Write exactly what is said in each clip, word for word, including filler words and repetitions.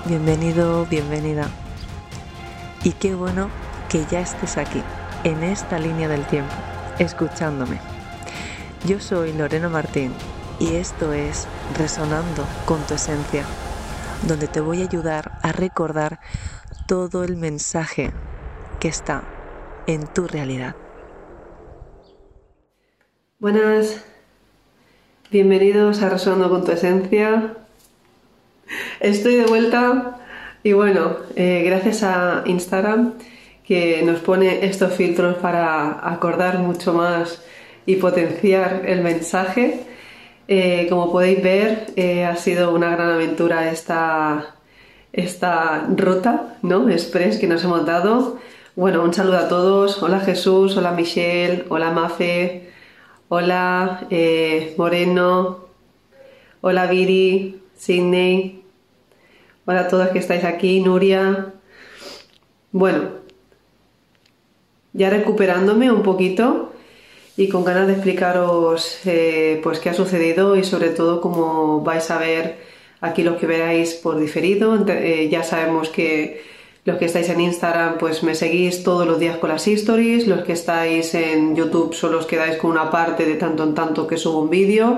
bienvenido, bienvenida. Y qué bueno que ya estés aquí, en esta línea del tiempo, escuchándome. Yo soy Lorena Martín y esto es Resonando con tu Esencia, donde te voy a ayudar a recordar todo el mensaje que está en tu realidad. Buenas, bienvenidos a Resonando con tu Esencia. Estoy de vuelta y bueno, eh, gracias a Instagram que nos pone estos filtros para acordar mucho más y potenciar el mensaje. Eh, como podéis ver, eh, ha sido una gran aventura esta, esta ruta, ¿no? Express que nos hemos dado. Bueno, un saludo a todos. Hola Jesús, hola Michelle, hola Mafe, hola eh, Moreno, hola Viri, Sydney. Hola a todos que estáis aquí, Nuria. Bueno, ya recuperándome un poquito y con ganas de explicaros eh, pues qué ha sucedido y sobre todo cómo vais a ver aquí los que veáis por diferido. Eh, ya sabemos que los que estáis en Instagram pues me seguís todos los días con las stories, los que estáis en YouTube solo os quedáis con una parte de tanto en tanto que subo un vídeo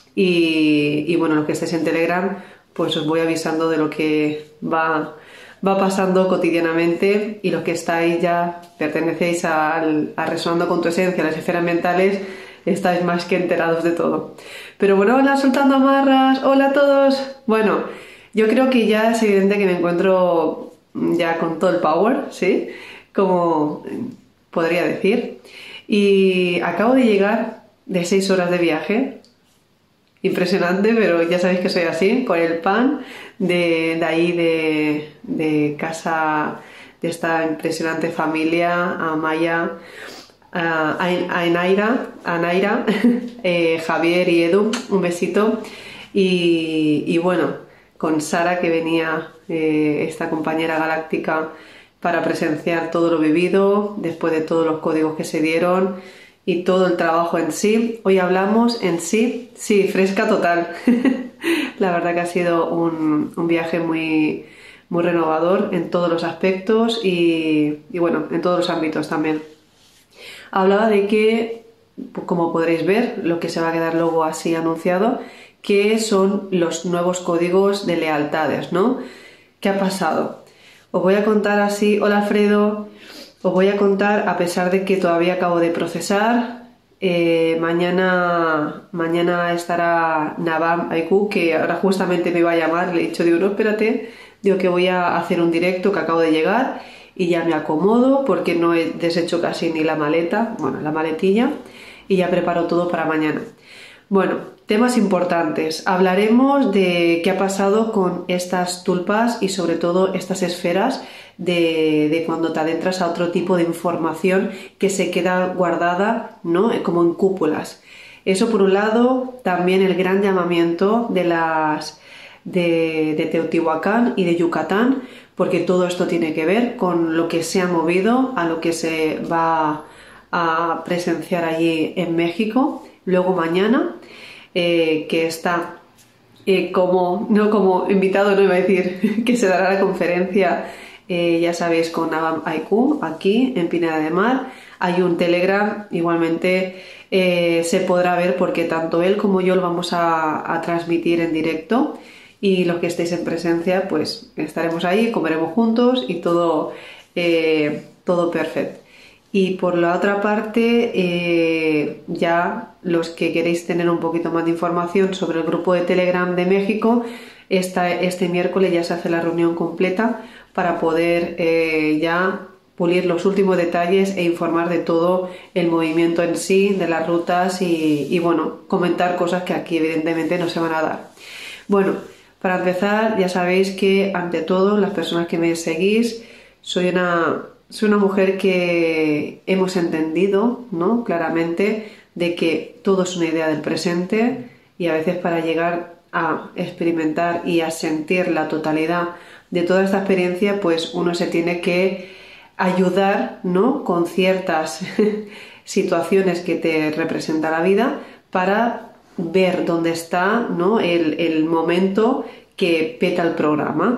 y, y bueno, los que estáis en Telegram pues os voy avisando de lo que va, va pasando cotidianamente y los que estáis ya pertenecéis al, a Resonando con tu Esencia, las esferas mentales, estáis más que enterados de todo. Pero bueno, hola soltando amarras, hola a todos. Bueno, yo creo que ya es evidente que me encuentro ya con todo el power, ¿sí? Como podría decir. Y acabo de llegar de seis horas de viaje. Impresionante, pero ya sabéis que soy así, con el pan de, de ahí de, de casa de esta impresionante familia, a Maya, a, a Naira, a Naira eh, Javier y Edu, un besito. Y, y bueno, con Sara que venía, eh, esta compañera galáctica, para presenciar todo lo vivido, después de todos los códigos que se dieron y todo el trabajo en sí. Hoy hablamos en sí, sí, fresca total. La verdad que ha sido un, un viaje muy, muy renovador en todos los aspectos y, y bueno, en todos los ámbitos también. Hablaba de que, como podréis ver, lo que se va a quedar luego así anunciado, que son los nuevos códigos de lealtades, ¿no? ¿Qué ha pasado? Os voy a contar así. Hola Alfredo. Os voy a contar, a pesar de que todavía acabo de procesar, eh, mañana, mañana estará Navam Aiku, que ahora justamente me iba a llamar, le he dicho, digo, no, espérate, digo que voy a hacer un directo que acabo de llegar y ya me acomodo porque no he deshecho casi ni la maleta, bueno, la maletilla, y ya preparo todo para mañana. Bueno, temas importantes. Hablaremos de qué ha pasado con estas tulpas y sobre todo estas esferas de, de cuando te adentras a otro tipo de información que se queda guardada, ¿no? Como en cúpulas. Eso por un lado, también el gran llamamiento de las de, de Teotihuacán y de Yucatán, porque todo esto tiene que ver con lo que se ha movido a lo que se va a presenciar allí en México. Luego mañana, eh, que está eh, como, no como invitado, no iba a decir, que se dará la conferencia, eh, ya sabéis, con Navam Aiku, aquí en Pineda de Mar. Hay un Telegram, igualmente eh, se podrá ver porque tanto él como yo lo vamos a, a transmitir en directo y los que estéis en presencia, pues estaremos ahí, comeremos juntos y todo, eh, todo perfecto. Y por la otra parte, eh, ya los que queréis tener un poquito más de información sobre el grupo de Telegram de México, esta, este miércoles ya se hace la reunión completa para poder eh, ya pulir los últimos detalles e informar de todo el movimiento en sí, de las rutas y, y bueno, comentar cosas que aquí evidentemente no se van a dar. Bueno, para empezar, ya sabéis que ante todo, las personas que me seguís, soy una... Soy una mujer que hemos entendido, ¿no? Claramente de que todo es una idea del presente y a veces para llegar a experimentar y a sentir la totalidad de toda esta experiencia, pues uno se tiene que ayudar, ¿no? Con ciertas situaciones que te representa la vida para ver dónde está, ¿no? el, el momento que peta el programa.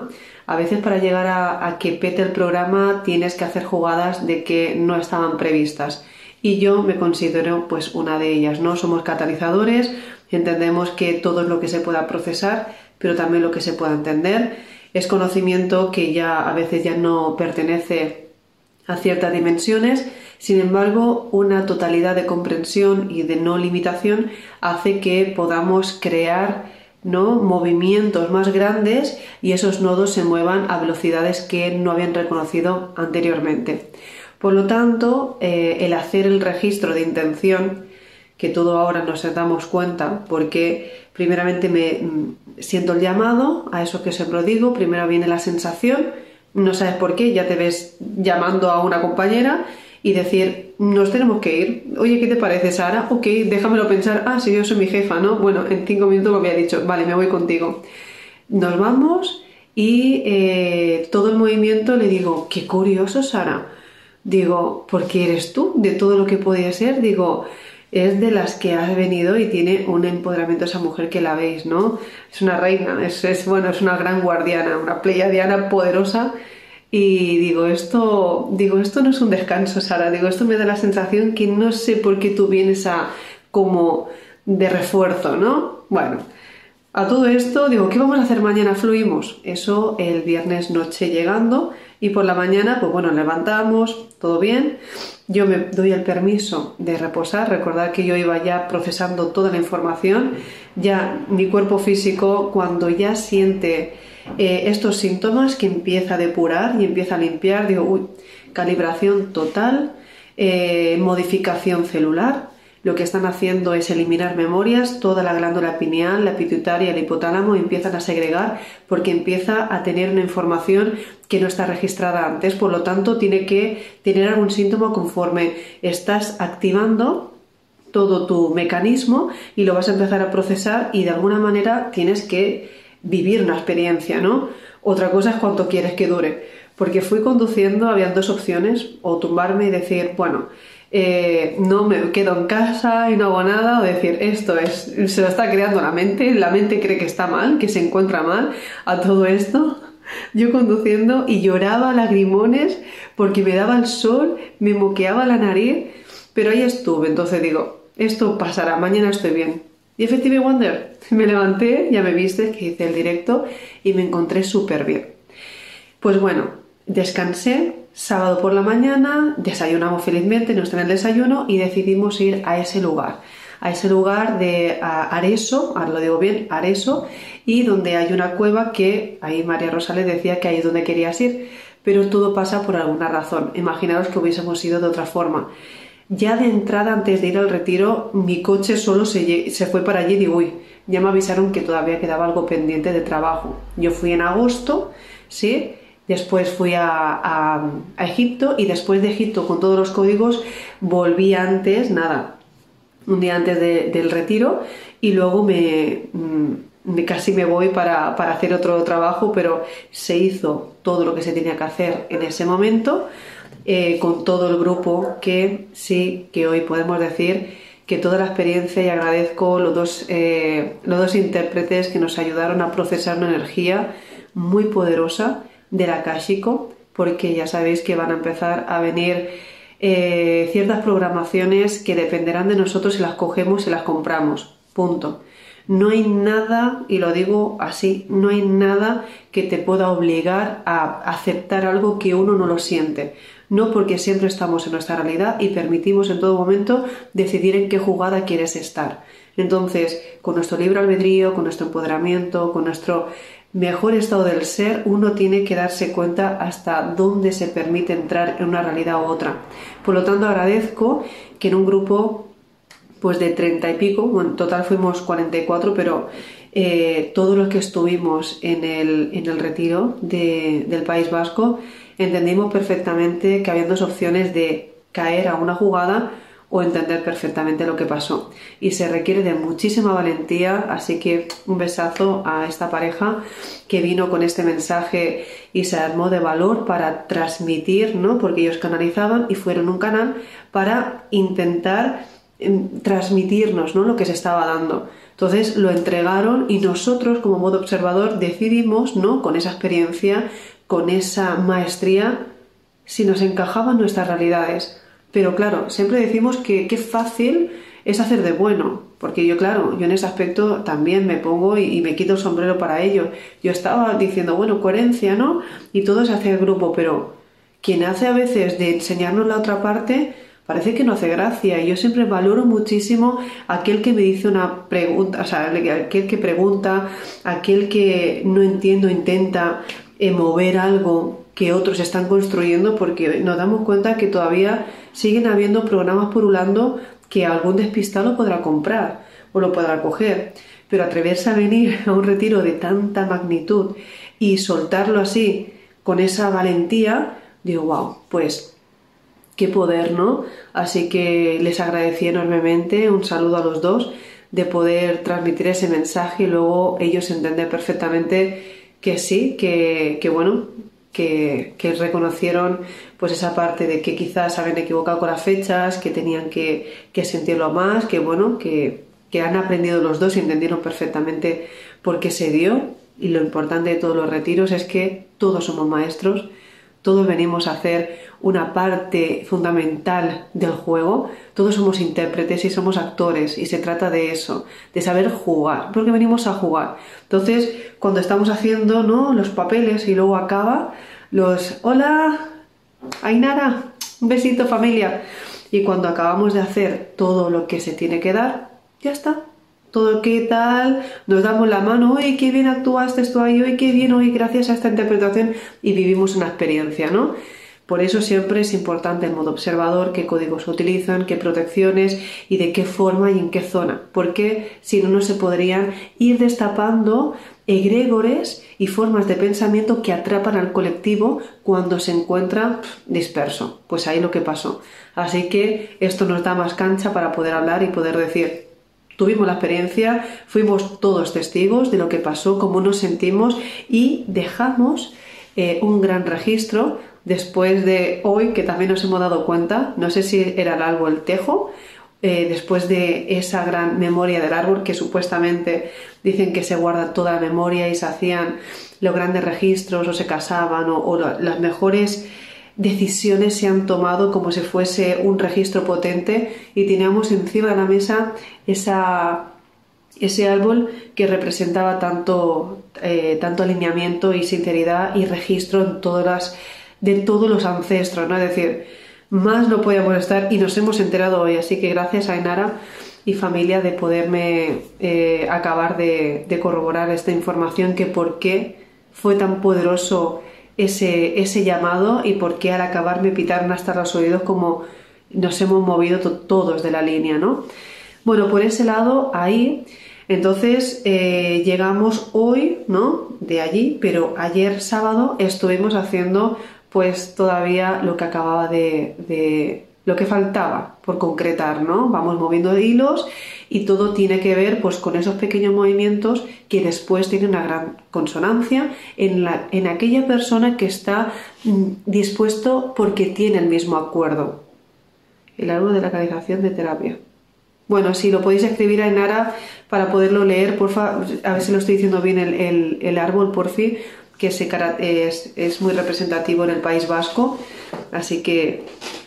A veces para llegar a, a que pete el programa tienes que hacer jugadas de que no estaban previstas. Y yo me considero pues una de ellas, ¿no? Somos catalizadores, entendemos que todo es lo que se pueda procesar, pero también lo que se pueda entender. Es conocimiento que ya a veces ya no pertenece a ciertas dimensiones, sin embargo, una totalidad de comprensión y de no limitación hace que podamos crear, ¿no?, movimientos más grandes y esos nodos se muevan a velocidades que no habían reconocido anteriormente. Por lo tanto, eh, el hacer el registro de intención, que todo ahora nos damos cuenta, porque primeramente me mm, siento el llamado, a eso que siempre digo, primero viene la sensación, no sabes por qué, ya te ves llamando a una compañera y decir, nos tenemos que ir, oye, ¿qué te parece, Sara? Ok, déjamelo pensar, ah, sí, yo soy mi jefa, ¿no? Bueno, en cinco minutos me había dicho, vale, me voy contigo. Nos vamos y eh, todo el movimiento le digo, qué curioso, Sara. Digo, ¿por qué eres tú? De todo lo que podía ser, digo, es de las que has venido y tiene un empoderamiento esa mujer que la veis, ¿no? Es una reina, es, es bueno, es una gran guardiana, una pleiadiana poderosa. Y digo, esto, digo, esto no es un descanso, Sara. Digo, esto me da la sensación que no sé por qué tú vienes a como de refuerzo, ¿no? Bueno, a todo esto, digo, ¿qué vamos a hacer mañana? Fluimos. Eso el viernes noche llegando y por la mañana, pues bueno, levantamos, todo bien. Yo me doy el permiso de reposar. Recordad que yo iba ya procesando toda la información. Ya mi cuerpo físico, cuando ya siente eh, estos síntomas, que empieza a depurar y empieza a limpiar, digo, uy, calibración total, eh, modificación celular. Lo que están haciendo es eliminar memorias, toda la glándula pineal, la pituitaria, el hipotálamo empiezan a segregar porque empieza a tener una información que no está registrada antes, por lo tanto tiene que tener algún síntoma conforme estás activando todo tu mecanismo y lo vas a empezar a procesar y de alguna manera tienes que vivir una experiencia, ¿no? Otra cosa es cuánto quieres que dure, porque fui conduciendo, había dos opciones, o tumbarme y decir, bueno, Eh, no me quedo en casa y no hago nada, o decir, esto es, se lo está creando la mente, la mente cree que está mal, que se encuentra mal a todo esto. Yo conduciendo y lloraba lagrimones porque me daba el sol, me moqueaba la nariz, pero ahí estuve. Entonces digo, esto pasará, mañana estoy bien. Y efectivamente, Wonder, me levanté, ya me viste que hice el directo y me encontré súper bien. Pues bueno, descansé. Sábado por la mañana, desayunamos felizmente, nos traen el desayuno y decidimos ir a ese lugar, a ese lugar de Areso, ahora lo digo bien, Areso, y donde hay una cueva que ahí María Rosa le decía que ahí es donde querías ir, pero todo pasa por alguna razón. Imaginaros que hubiésemos ido de otra forma. Ya de entrada, antes de ir al retiro, mi coche solo se, se fue para allí y digo, uy, ya me avisaron que todavía quedaba algo pendiente de trabajo. Yo fui en agosto, ¿sí? Después fui a, a, a Egipto y después de Egipto con todos los códigos volví antes, nada, un día antes de, del retiro y luego me, me casi me voy para, para hacer otro trabajo, pero se hizo todo lo que se tenía que hacer en ese momento eh, con todo el grupo que sí, que hoy podemos decir que toda la experiencia, y agradezco los dos, eh, los dos intérpretes que nos ayudaron a procesar una energía muy poderosa del Akáshico, porque ya sabéis que van a empezar a venir eh, ciertas programaciones que dependerán de nosotros si las cogemos, si las compramos, punto. No hay nada, y lo digo así, no hay nada que te pueda obligar a aceptar algo que uno no lo siente, no, porque siempre estamos en nuestra realidad y permitimos en todo momento decidir en qué jugada quieres estar. Entonces, con nuestro libre albedrío, con nuestro empoderamiento, con nuestro mejor estado del ser, uno tiene que darse cuenta hasta dónde se permite entrar en una realidad u otra. Por lo tanto, agradezco que en un grupo pues de treinta y pico, bueno, en total fuimos cuarenta y cuatro, pero eh, todos los que estuvimos en el, en el retiro de, del País Vasco entendimos perfectamente que había dos opciones de caer a una jugada o entender perfectamente lo que pasó, y se requiere de muchísima valentía, así que un besazo a esta pareja que vino con este mensaje y se armó de valor para transmitir, ¿no? Porque ellos canalizaban y fueron un canal para intentar eh, transmitirnos, ¿no?, lo que se estaba dando. Entonces lo entregaron y nosotros como modo observador decidimos, ¿no?, con esa experiencia, con esa maestría, si nos encajaban nuestras realidades. Pero claro, siempre decimos que qué fácil es hacer de bueno, porque yo, claro, yo en ese aspecto también me pongo y, y me quito el sombrero para ello. Yo estaba diciendo, bueno, coherencia, ¿no? Y todo se hace el grupo, pero quien hace a veces de enseñarnos la otra parte, parece que no hace gracia. Y yo siempre valoro muchísimo aquel que me dice una pregunta, o sea, aquel que pregunta, aquel que no entiendo, intenta eh, mover algo que otros están construyendo, porque nos damos cuenta que todavía siguen habiendo programas pululando que algún despistado lo podrá comprar o lo podrá coger. Pero atreverse a venir a un retiro de tanta magnitud y soltarlo así, con esa valentía, digo, wow, pues qué poder, ¿no? Así que les agradecí enormemente, un saludo a los dos, de poder transmitir ese mensaje y luego ellos entender perfectamente que sí, que, que bueno, que, que reconocieron pues esa parte de que quizás habían equivocado con las fechas, que tenían que, que sentirlo más, que bueno, que, que han aprendido los dos y entendieron perfectamente por qué se dio. Y lo importante de todos los retiros es que todos somos maestros, todos venimos a hacer una parte fundamental del juego, todos somos intérpretes y somos actores, y se trata de eso, de saber jugar, porque venimos a jugar. Entonces, cuando estamos haciendo, ¿no?, los papeles y luego acaba, los hola, Ainara, un besito familia, y cuando acabamos de hacer todo lo que se tiene que dar, ya está. Todo qué tal, nos damos la mano, ¡uy, qué bien actuaste esto ahí! ¡Uy, qué bien! ¡Uy, gracias a esta interpretación! Y vivimos una experiencia, ¿no? Por eso siempre es importante el modo observador, qué códigos se utilizan, qué protecciones y de qué forma y en qué zona. Porque si no, no se podrían ir destapando egregores y formas de pensamiento que atrapan al colectivo cuando se encuentra disperso. Pues ahí lo que pasó. Así que esto nos da más cancha para poder hablar y poder decir: tuvimos la experiencia, fuimos todos testigos de lo que pasó, cómo nos sentimos y dejamos eh, un gran registro después de hoy, que también nos hemos dado cuenta, no sé si era el árbol o el tejo, eh, después de esa gran memoria del árbol que supuestamente dicen que se guarda toda la memoria y se hacían los grandes registros o se casaban o, o las mejores decisiones se han tomado como si fuese un registro potente, y teníamos encima de la mesa esa, ese árbol que representaba tanto, eh, tanto alineamiento y sinceridad y registro en todas las, de todos los ancestros, ¿no? Es decir, más no podíamos estar y nos hemos enterado hoy, así que gracias a Ainara y familia de poderme eh, acabar de, de corroborar esta información, que por qué fue tan poderoso Ese, ese llamado y por qué al acabar me pitaron hasta los oídos como nos hemos movido to todos de la línea, ¿no? Bueno, por ese lado, ahí, entonces eh, llegamos hoy, ¿no?, de allí, pero ayer sábado estuvimos haciendo pues todavía lo que acababa de, de lo que faltaba por concretar, ¿no? Vamos moviendo hilos y todo tiene que ver pues con esos pequeños movimientos que después tienen una gran consonancia en, la, en aquella persona que está mm, dispuesto porque tiene el mismo acuerdo. El árbol de la canalización de terapia. Bueno, si lo podéis escribir a Ainara para poderlo leer, porfa, a ver si lo estoy diciendo bien el, el, el árbol, por fin, que se, es, es muy representativo en el País Vasco, así que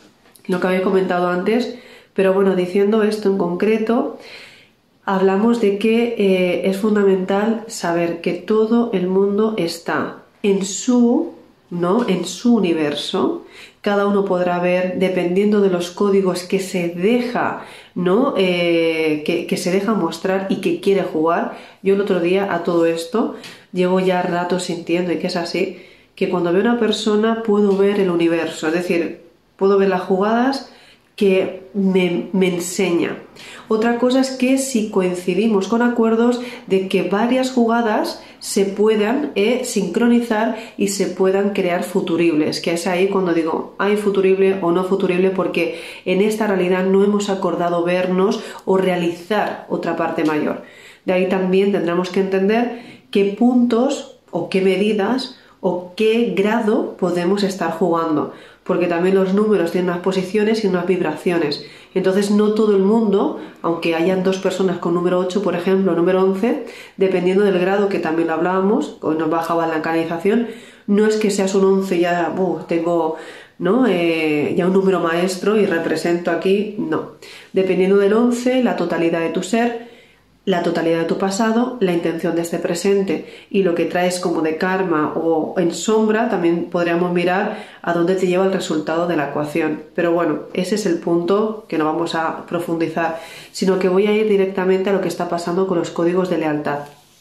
lo que habéis comentado antes. Pero bueno, diciendo esto en concreto, hablamos de que eh, es fundamental saber que todo el mundo está en su, ¿no?, en su universo. Cada uno podrá ver, dependiendo de los códigos que se deja, ¿no?, eh, que, que se deja mostrar y que quiere jugar. Yo el otro día a todo esto llevo ya rato sintiendo, y que es así, que cuando veo a una persona puedo ver el universo, es decir, puedo ver las jugadas que me, me enseña. Otra cosa es que si coincidimos con acuerdos de que varias jugadas se puedan eh, sincronizar y se puedan crear futuribles, que es ahí cuando digo, hay futurible o no futurible, porque en esta realidad no hemos acordado vernos o realizar otra parte mayor. De ahí también tendremos que entender qué puntos o qué medidas o qué grado podemos estar jugando, porque también los números tienen unas posiciones y unas vibraciones. Entonces no todo el mundo, aunque hayan dos personas con número ocho, por ejemplo, número once, dependiendo del grado, que también lo hablábamos, hoy nos bajaba la canalización, no es que seas un once ya, uh, tengo ¿no? eh, ya un número maestro y represento aquí, no. Dependiendo del once, la totalidad de tu ser, la totalidad de tu pasado, la intención de este presente y lo que traes como de karma o en sombra, también podríamos mirar a dónde te lleva el resultado de la ecuación. Pero bueno, ese es el punto que no vamos a profundizar, sino que voy a ir directamente a lo que está pasando con los códigos de lealtad.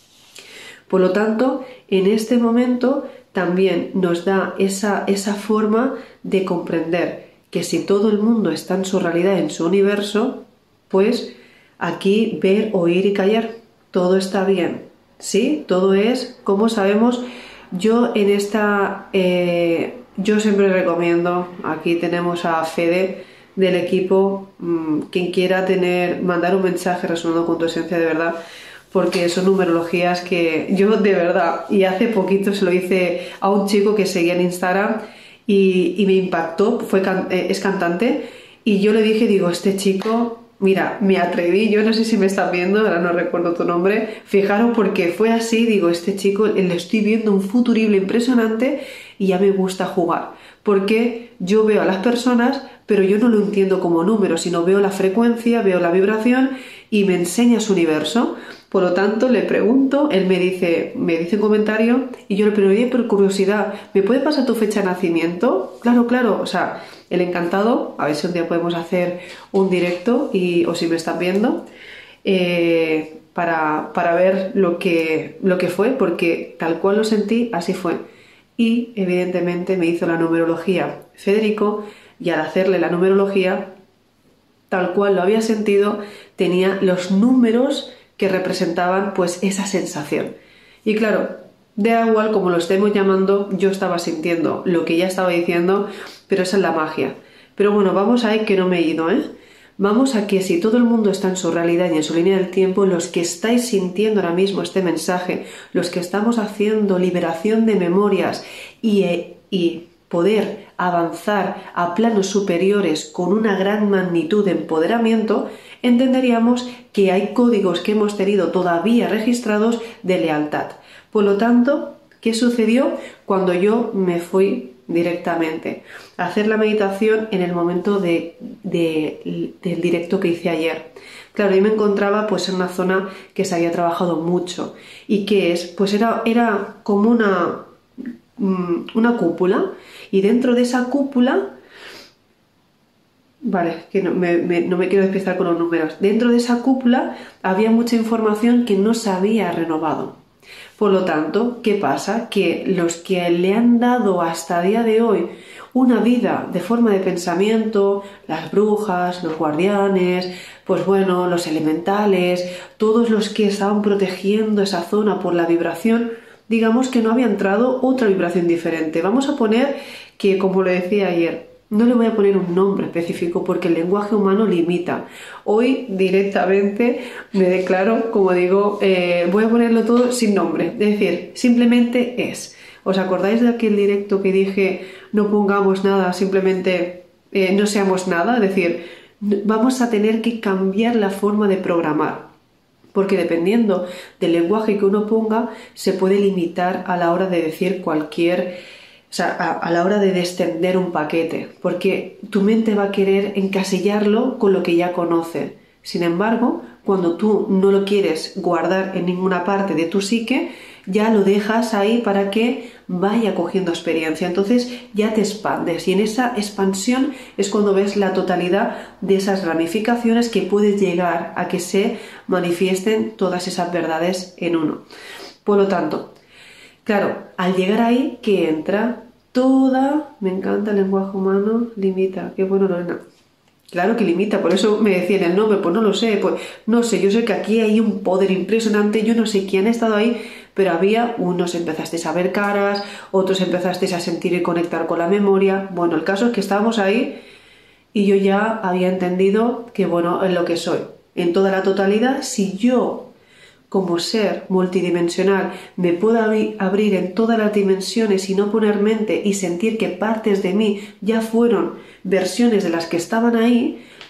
Por lo tanto, en este momento también nos da esa, esa forma de comprender que si todo el mundo está en su realidad, en su universo, pues aquí ver, oír y callar, todo está bien, ¿sí? Todo es, como sabemos, yo en esta, eh, yo siempre recomiendo, aquí tenemos a Fede del equipo, mmm, quien quiera tener, mandar un mensaje resonando con tu esencia de verdad, porque son numerologías que yo de verdad, y hace poquito se lo hice a un chico que seguía en Instagram y, y me impactó, fue can, eh, es cantante, y yo le dije, digo, este chico... Mira, me atreví, yo no sé si me están viendo, ahora no recuerdo tu nombre, fijaros porque fue así, digo, este chico le estoy viendo un futurible impresionante y ya me gusta jugar, porque yo veo a las personas, pero yo no lo entiendo como número, sino veo la frecuencia, veo la vibración y me enseña su universo. Por lo tanto, le pregunto, él me dice, me dice un comentario y yo le pregunto, oye, por curiosidad, ¿me puede pasar tu fecha de nacimiento? Claro, claro, o sea, el encantado, a ver si un día podemos hacer un directo y, o si me están viendo, eh, para, para ver lo que, lo que fue, porque tal cual lo sentí, así fue. Y evidentemente me hizo la numerología Federico y al hacerle la numerología, tal cual lo había sentido, tenía los números que representaban pues esa sensación. Y claro, da igual como lo estemos llamando, yo estaba sintiendo lo que ella estaba diciendo, pero esa es la magia. Pero bueno, vamos a ir que no me he ido, ¿eh? Vamos a que si todo el mundo está en su realidad y en su línea del tiempo, los que estáis sintiendo ahora mismo este mensaje, los que estamos haciendo liberación de memorias y, y poder avanzar a planos superiores con una gran magnitud de empoderamiento, entenderíamos que hay códigos que hemos tenido todavía registrados de lealtad. Por lo tanto, ¿qué sucedió cuando yo me fui directamente a hacer la meditación en el momento de, de, del directo que hice ayer? Claro, yo me encontraba pues en una zona que se había trabajado mucho. ¿Y qué es? Pues era, era como una, una cúpula, y dentro de esa cúpula... Vale, que no me, me, no me quiero despistar con los números. Dentro de esa cúpula había mucha información que no se había renovado. Por lo tanto, ¿qué pasa? Que los que le han dado hasta el día de hoy una vida de forma de pensamiento, las brujas, los guardianes, pues bueno, los elementales, todos los que estaban protegiendo esa zona por la vibración, digamos que no había entrado otra vibración diferente. Vamos a poner que, como le decía ayer, no le voy a poner un nombre específico porque el lenguaje humano limita. Hoy directamente me declaro, como digo, eh, voy a ponerlo todo sin nombre. Es decir, simplemente es. ¿Os acordáis de aquel directo que dije no pongamos nada, simplemente eh, no seamos nada? Es decir, vamos a tener que cambiar la forma de programar. Porque dependiendo del lenguaje que uno ponga, se puede limitar a la hora de decir cualquier... O sea, a, a la hora de descender un paquete, porque tu mente va a querer encasillarlo con lo que ya conoce. Sin embargo, cuando tú no lo quieres guardar en ninguna parte de tu psique, ya lo dejas ahí para que vaya cogiendo experiencia. Entonces ya te expandes y en esa expansión es cuando ves la totalidad de esas ramificaciones que puedes llegar a que se manifiesten todas esas verdades en uno. Por lo tanto, claro, al llegar ahí, ¿qué entra? Toda, me encanta el lenguaje humano, limita. Qué bueno, Lorena. Claro que limita, por eso me decían el nombre, pues no lo sé, pues no sé, yo sé que aquí hay un poder impresionante, yo no sé quién ha estado ahí, pero había unos empezasteis a ver caras, otros empezasteis a sentir y conectar con la memoria. Bueno, el caso es que estábamos ahí y yo ya había entendido que, bueno, es lo que soy. En toda la totalidad, si yo como ser multidimensional me puedo abrir en todas las dimensiones y no poner mente y sentir que partes de mí ya fueron versiones de las que estaban ahí,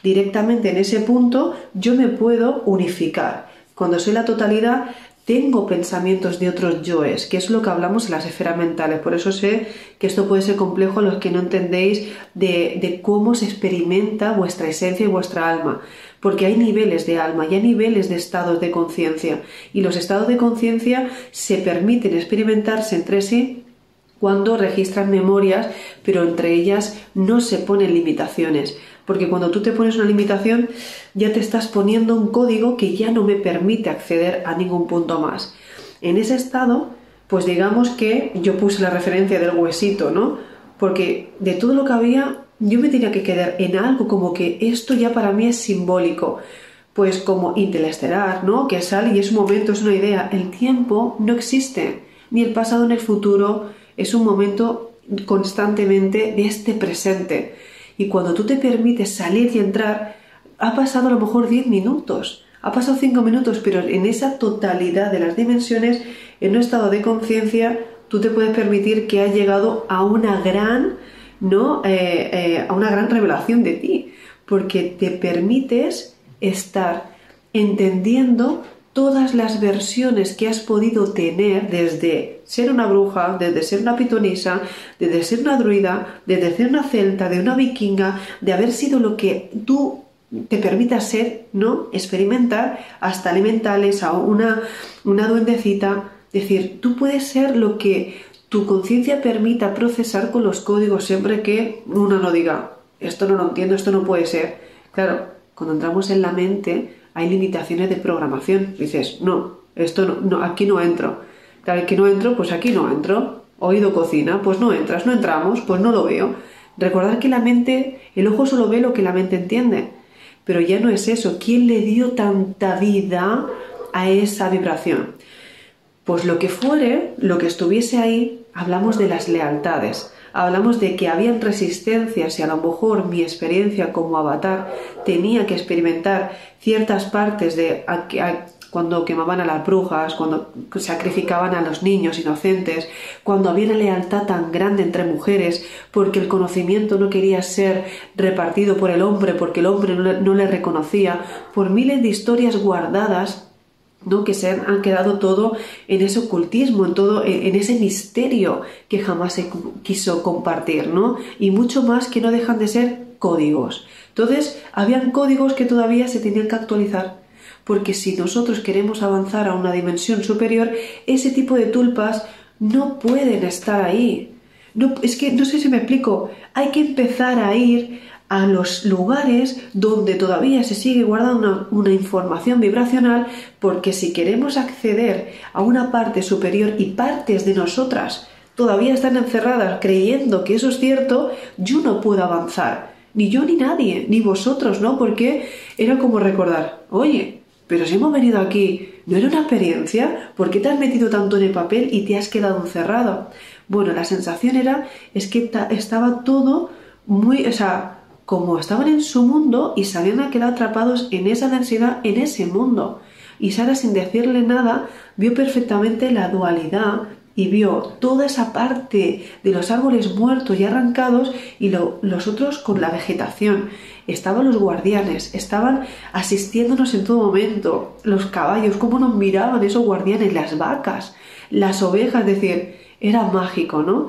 directamente en ese punto yo me puedo unificar. Cuando soy la totalidad, tengo pensamientos de otros yoes, que es lo que hablamos en las esferas mentales. Por eso sé que esto puede ser complejo a los que no entendéis de, de cómo se experimenta vuestra esencia y vuestra alma. Porque hay niveles de alma y hay niveles de estados de conciencia. Y los estados de conciencia se permiten experimentarse entre sí cuando registran memorias, pero entre ellas no se ponen limitaciones. Porque cuando tú te pones una limitación, ya te estás poniendo un código que ya no me permite acceder a ningún punto más. En ese estado, pues digamos que yo puse la referencia del huesito, ¿no? Porque de todo lo que había, yo me tenía que quedar en algo como que esto ya para mí es simbólico. Pues como interestelar, ¿no? Que sale y es un momento, es una idea. El tiempo no existe, ni el pasado ni el futuro. Es un momento constantemente de este presente. Y cuando tú te permites salir y entrar, ha pasado a lo mejor diez minutos, ha pasado cinco minutos, pero en esa totalidad de las dimensiones, en un estado de conciencia, tú te puedes permitir que has llegado a una gran, ¿no? Eh, eh, a una gran revelación de ti, porque te permites estar entendiendo todas las versiones que has podido tener desde ser una bruja, desde ser una pitonisa, desde ser una druida, desde ser una celta, de una vikinga, de haber sido lo que tú te permitas ser, ¿no? Experimentar, hasta elementales, a una, una duendecita. Es decir, tú puedes ser lo que tu conciencia permita procesar con los códigos siempre que uno no diga, esto no lo entiendo, esto no puede ser. Claro, cuando entramos en la mente hay limitaciones de programación. Dices, no, esto no, no, aquí no entro. Claro, que no entro, pues aquí no entro. Oído cocina, pues no entras, no entramos, pues no lo veo. Recordar que la mente, el ojo solo ve lo que la mente entiende. Pero ya no es eso. ¿Quién le dio tanta vida a esa vibración? Pues lo que fuere, lo que estuviese ahí, hablamos de las lealtades. Hablamos de que habían resistencias y a lo mejor mi experiencia como avatar tenía que experimentar ciertas partes de a, a, cuando quemaban a las brujas, cuando sacrificaban a los niños inocentes, cuando había una lealtad tan grande entre mujeres porque el conocimiento no quería ser repartido por el hombre, porque el hombre no le, no le reconocía, por miles de historias guardadas, ¿no? Que se han, han quedado todo en ese ocultismo, en todo en, en ese misterio que jamás se quiso compartir, ¿no? Y mucho más que no dejan de ser códigos. Entonces, habían códigos que todavía se tenían que actualizar, porque si nosotros queremos avanzar a una dimensión superior, ese tipo de tulpas no pueden estar ahí. No, es que no sé si me explico. Hay que empezar a ir a los lugares donde todavía se sigue guardando una, una información vibracional, porque si queremos acceder a una parte superior y partes de nosotras todavía están encerradas creyendo que eso es cierto, yo no puedo avanzar, ni yo ni nadie, ni vosotros, ¿no? Porque era como recordar, oye, pero si hemos venido aquí, ¿no era una experiencia? ¿Por qué te has metido tanto en el papel y te has quedado encerrado? Bueno, la sensación era, es que estaba todo muy, o sea, como estaban en su mundo y se habían quedado atrapados en esa densidad, en ese mundo. Y Sara, sin decirle nada, vio perfectamente la dualidad y vio toda esa parte de los árboles muertos y arrancados y lo, los otros con la vegetación. Estaban los guardianes, estaban asistiéndonos en todo momento. Los caballos, cómo nos miraban esos guardianes, las vacas, las ovejas, es decir, era mágico, ¿no?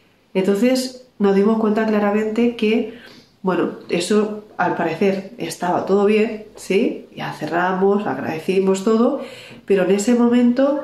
Entonces nos dimos cuenta claramente que, bueno, eso al parecer estaba todo bien, ¿sí? Ya cerramos, agradecimos todo, pero en ese momento,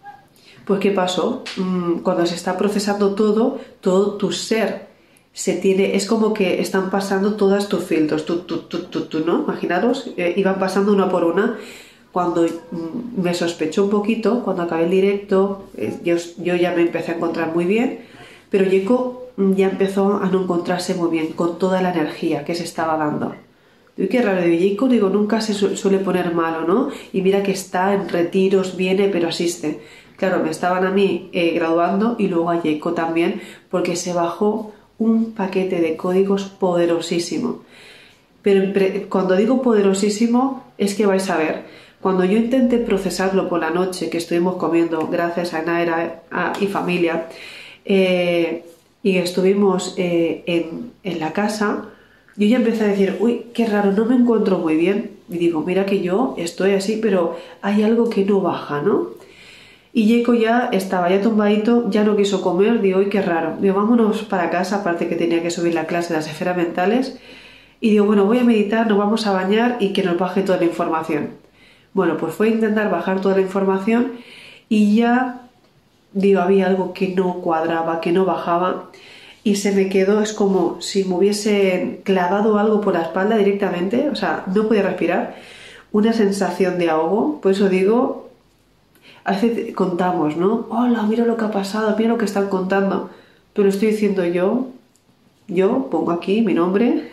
pues ¿qué pasó? Cuando se está procesando todo, todo tu ser se tiene, es como que están pasando todas tus filtros, tú, tú, tú, tú, tú, ¿no? Imaginaros, eh, iban pasando una por una. Cuando mm, me sospechó un poquito, cuando acabé el directo, eh, yo, yo ya me empecé a encontrar muy bien, pero Jacob ya empezó a no encontrarse muy bien con toda la energía que se estaba dando. Digo, qué raro, de Jacob, digo, nunca se su suele poner malo, ¿no? Y mira que está en retiros, viene, pero asiste. Claro, me estaban a mí eh, graduando y luego a Jacob también, porque se bajó un paquete de códigos poderosísimo. Pero cuando digo poderosísimo, es que vais a ver, cuando yo intenté procesarlo por la noche, que estuvimos comiendo, gracias a Naira y familia, eh, y estuvimos eh, en, en la casa, yo ya empecé a decir, uy, qué raro, no me encuentro muy bien. Y digo, mira que yo estoy así, pero hay algo que no baja, ¿no? Y Yeco ya estaba ya tumbadito, ya no quiso comer, digo, uy, qué raro. Digo, vámonos para casa, aparte que tenía que subir la clase de las esferas mentales. Y digo, bueno, voy a meditar, nos vamos a bañar y que nos baje toda la información. Bueno, pues fue a intentar bajar toda la información y ya, digo, había algo que no cuadraba, que no bajaba. Y se me quedó, es como si me hubiese clavado algo por la espalda directamente, o sea, no podía respirar, una sensación de ahogo. Por eso digo, a veces contamos, ¿no? Hola, mira lo que ha pasado, mira lo que están contando, pero estoy diciendo yo, yo pongo aquí mi nombre,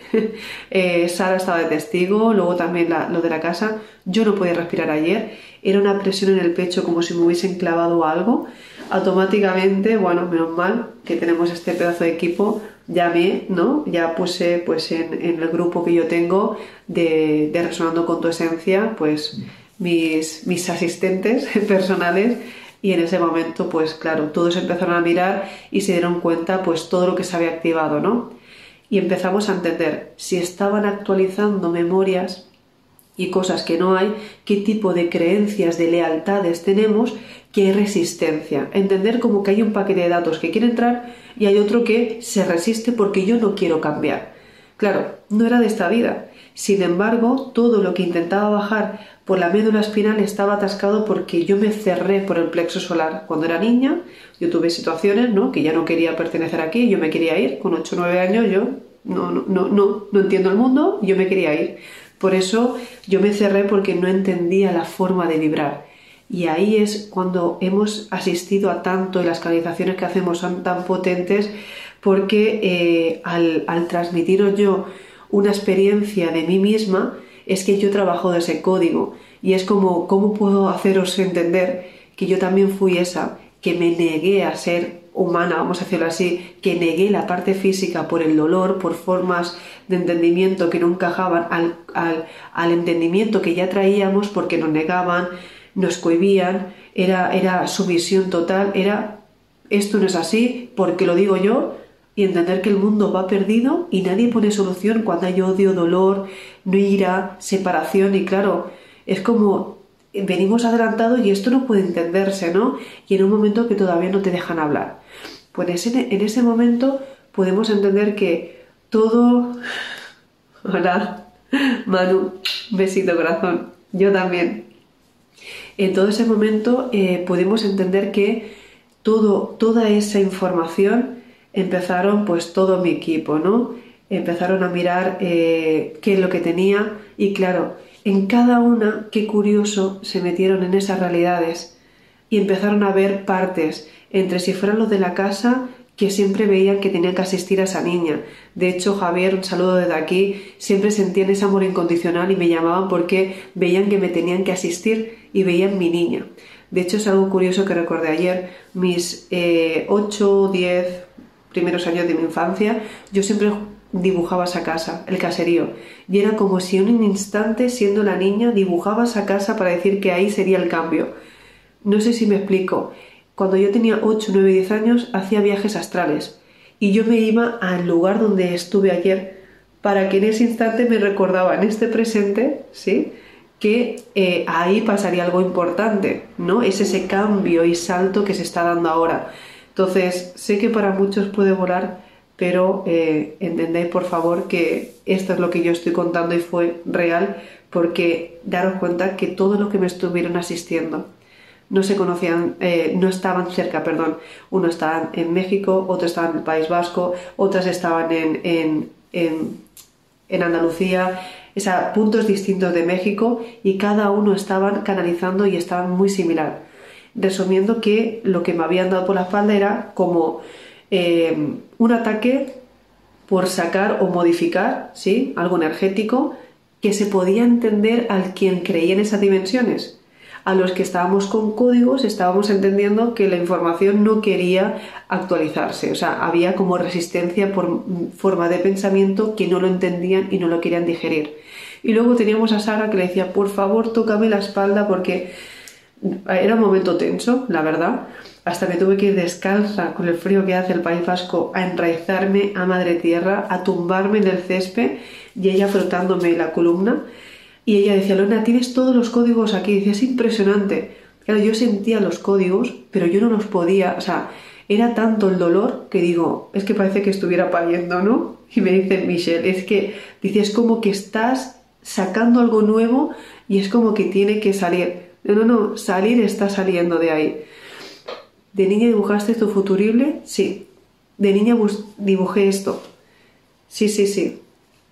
eh, Sara estaba de testigo, luego también la, lo de la casa, yo no podía respirar ayer, era una presión en el pecho como si me hubiesen clavado algo. Automáticamente, bueno, menos mal que tenemos este pedazo de equipo, llamé, ¿no? Ya puse pues en, en el grupo que yo tengo de, de Resonando con tu Esencia, pues mis, mis asistentes personales, y en ese momento, pues claro, todos empezaron a mirar y se dieron cuenta pues todo lo que se había activado, ¿no? Y empezamos a entender si estaban actualizando memorias y cosas que no hay, qué tipo de creencias, de lealtades tenemos, que hay resistencia. Entender como que hay un paquete de datos que quiere entrar y hay otro que se resiste porque yo no quiero cambiar. Claro, no era de esta vida. Sin embargo, todo lo que intentaba bajar por la médula espinal estaba atascado porque yo me cerré por el plexo solar. Cuando era niña, yo tuve situaciones, ¿no?, que ya no quería pertenecer aquí, yo me quería ir. Con ocho o nueve años yo no, no, no, no, no entiendo el mundo, yo me quería ir. Por eso yo me cerré porque no entendía la forma de vibrar. Y ahí es cuando hemos asistido a tanto y las canalizaciones que hacemos son tan potentes porque eh, al, al transmitiros yo una experiencia de mí misma es que yo trabajo de ese código y es como, ¿cómo puedo haceros entender que yo también fui esa, que me negué a ser humana, vamos a decirlo así, que negué la parte física por el dolor, por formas de entendimiento que no encajaban al, al, al entendimiento que ya traíamos porque nos negaban, nos cohibían, era, era sumisión total, era esto no es así porque lo digo yo, y entender que el mundo va perdido y nadie pone solución cuando hay odio, dolor, ira, separación. Y claro, es como venimos adelantados y esto no puede entenderse, ¿no? Y en un momento que todavía no te dejan hablar. Pues en ese momento podemos entender que todo... Hola, Manu, besito corazón, yo también. En todo ese momento eh, podemos entender que todo, toda esa información empezaron pues todo mi equipo, ¿no? Empezaron a mirar eh, qué es lo que tenía y claro, en cada una, qué curioso, se metieron en esas realidades y empezaron a ver partes, entre si fueran los de la casa, que siempre veían que tenían que asistir a esa niña. De hecho, Javier, un saludo desde aquí, siempre sentían ese amor incondicional y me llamaban porque veían que me tenían que asistir y veían mi niña. De hecho, es algo curioso que recordé ayer, mis eh, ocho o diez primeros años de mi infancia, yo siempre dibujaba esa casa, el caserío, y era como si en un instante, siendo la niña, dibujaba esa casa para decir que ahí sería el cambio. No sé si me explico. Cuando yo tenía ocho, nueve, diez años, hacía viajes astrales y yo me iba al lugar donde estuve ayer para que en ese instante me recordaba en este presente, ¿sí?, que eh, ahí pasaría algo importante, ¿no? Es ese cambio y salto que se está dando ahora. Entonces, sé que para muchos puede volar, pero eh, entendéis por favor que esto es lo que yo estoy contando y fue real, porque daros cuenta que todos los que me estuvieron asistiendo no se conocían, eh, no estaban cerca, perdón. Uno estaba en México, otro estaba en el País Vasco, otras estaban en, en, en, en Andalucía, o sea, puntos distintos de México, y cada uno estaban canalizando y estaban muy similar. Resumiendo que lo que me habían dado por la espalda era como eh, un ataque por sacar o modificar, ¿sí?, algo energético que se podía entender al quien creía en esas dimensiones. A los que estábamos con códigos estábamos entendiendo que la información no quería actualizarse, o sea, había como resistencia por forma de pensamiento que no lo entendían y no lo querían digerir. Y luego teníamos a Sara que le decía, por favor, tócame la espalda porque Era un momento tenso, la verdad, hasta que tuve que ir descalza con el frío que hace el País Vasco a enraizarme a madre tierra, a tumbarme en el césped y ella frotándome la columna. Y ella decía, Lorena, tienes todos los códigos aquí. Dice, es impresionante. Claro, yo sentía los códigos, pero yo no los podía, o sea, era tanto el dolor que digo, es que parece que estuviera pariendo, ¿no? Y me dice Michelle, es que, dice, es como que estás sacando algo nuevo y es como que tiene que salir. No, no, no, salir está saliendo de ahí. ¿De niña dibujaste tu futurible? Sí. ¿De niña dibujé esto? Sí, sí, sí.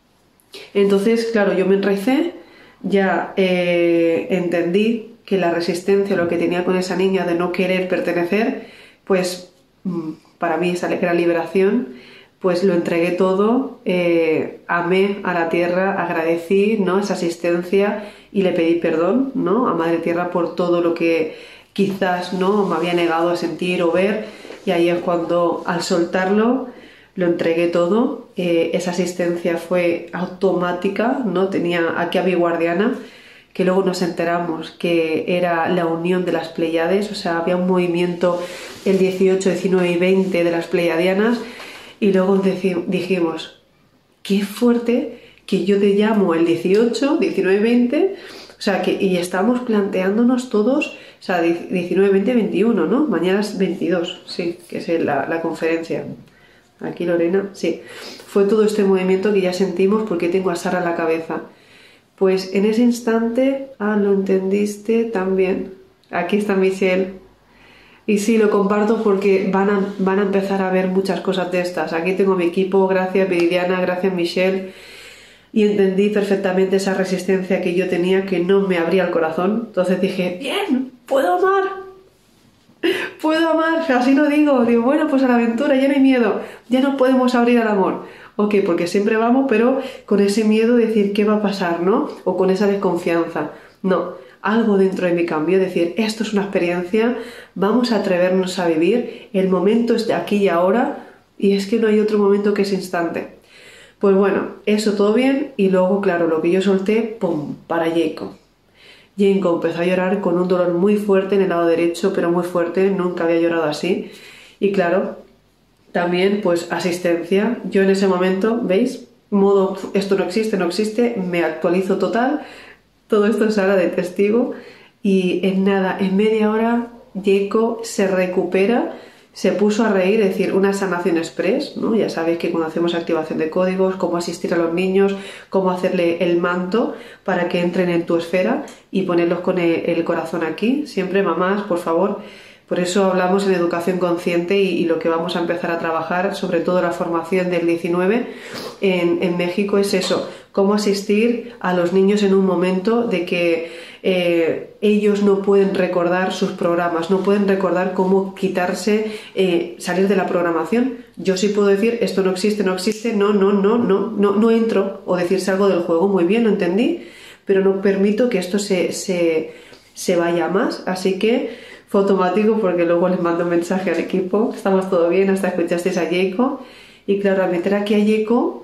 Entonces, claro, yo me enraicé, ya eh, entendí que la resistencia, lo que tenía con esa niña de no querer pertenecer, pues para mí esa gran liberación, pues lo entregué todo, eh, amé a la tierra, agradecí, ¿no?, esa asistencia y le pedí perdón, ¿no?, a Madre Tierra por todo lo que quizás no me había negado a sentir o ver, y ahí es cuando al soltarlo lo entregué todo. Eh, esa asistencia fue automática, ¿no? Tenía aquí a mi guardiana, que luego nos enteramos que era la unión de las Pleiades, o sea, había un movimiento el dieciocho, diecinueve y veinte de las Pleiadianas, y luego dijimos, qué fuerte que yo te llamo el dieciocho, diecinueve, veinte, o sea, que y estamos planteándonos todos, o sea, diecinueve, veinte, veintiuno, ¿no? Mañana es veintidós, sí, que es la, la conferencia. Aquí Lorena, sí. Fue todo este movimiento que ya sentimos porque tengo a Sara en la cabeza. Pues en ese instante, ah, lo entendiste también. Aquí está Michelle. Y sí, lo comparto porque van a, van a empezar a ver muchas cosas de estas. Aquí tengo mi equipo, gracias Viridiana, gracias Michelle. Y entendí perfectamente esa resistencia que yo tenía, que no me abría el corazón. Entonces dije, bien, puedo amar. Puedo amar, así lo digo. Digo, bueno, pues a la aventura, ya no hay miedo. Ya nos podemos abrir al amor. Ok, porque siempre vamos, pero con ese miedo de decir, ¿qué va a pasar, no? O con esa desconfianza. No, algo dentro de mí cambió, decir, esto es una experiencia, vamos a atrevernos a vivir, el momento es de aquí y ahora, y es que no hay otro momento que ese instante. Pues bueno, eso todo bien, y luego, claro, lo que yo solté, ¡pum!, para Jacob. Jacob empezó a llorar con un dolor muy fuerte en el lado derecho, pero muy fuerte, nunca había llorado así, y claro, también pues asistencia. Yo en ese momento, ¿veis? Modo, esto no existe, no existe, me actualizo total, todo esto es Sara de testigo, y en nada, en media hora Jacob se recupera, se puso a reír, es decir, una sanación express, ¿no? Ya sabéis que cuando hacemos activación de códigos, cómo asistir a los niños, cómo hacerle el manto para que entren en tu esfera y ponerlos con el, el corazón aquí, siempre mamás, por favor. Por eso hablamos en educación consciente y, y lo que vamos a empezar a trabajar, sobre todo la formación del diecinueve en, en México, es eso, cómo asistir a los niños en un momento de que eh, ellos no pueden recordar sus programas, no pueden recordar cómo quitarse, eh, salir de la programación. Yo sí puedo decir, esto no existe, no existe, no, no, no, no, no, no entro, o decir salgo del juego, muy bien, lo entendí, pero no permito que esto se, se, se vaya más, así que fue automático porque luego les mando un mensaje al equipo, estamos todo bien, hasta escuchasteis a Jacob, y claro, al meter aquí a Jacob,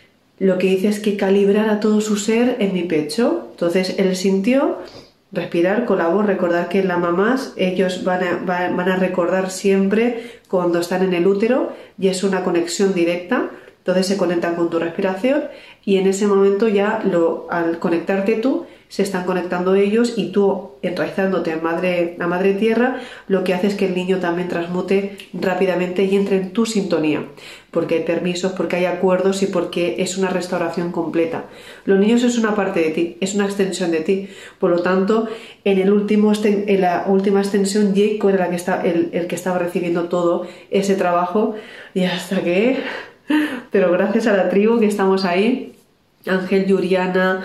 lo que hice es que calibrara todo su ser en mi pecho. Entonces él sintió respirar con la voz, recordar que las mamás, ellos van a, van a recordar siempre cuando están en el útero y es una conexión directa. Entonces se conectan con tu respiración y en ese momento ya lo, al conectarte tú, se están conectando ellos y tú enraizándote a madre, a madre tierra, lo que hace es que el niño también transmute rápidamente y entre en tu sintonía, porque hay permisos, porque hay acuerdos y porque es una restauración completa. Los niños es una parte de ti, es una extensión de ti, por lo tanto, en, el último, en la última extensión, Jacob era la que está, el, el que estaba recibiendo todo ese trabajo y hasta que... Pero gracias a la tribu que estamos ahí, Ángel, Yuriana,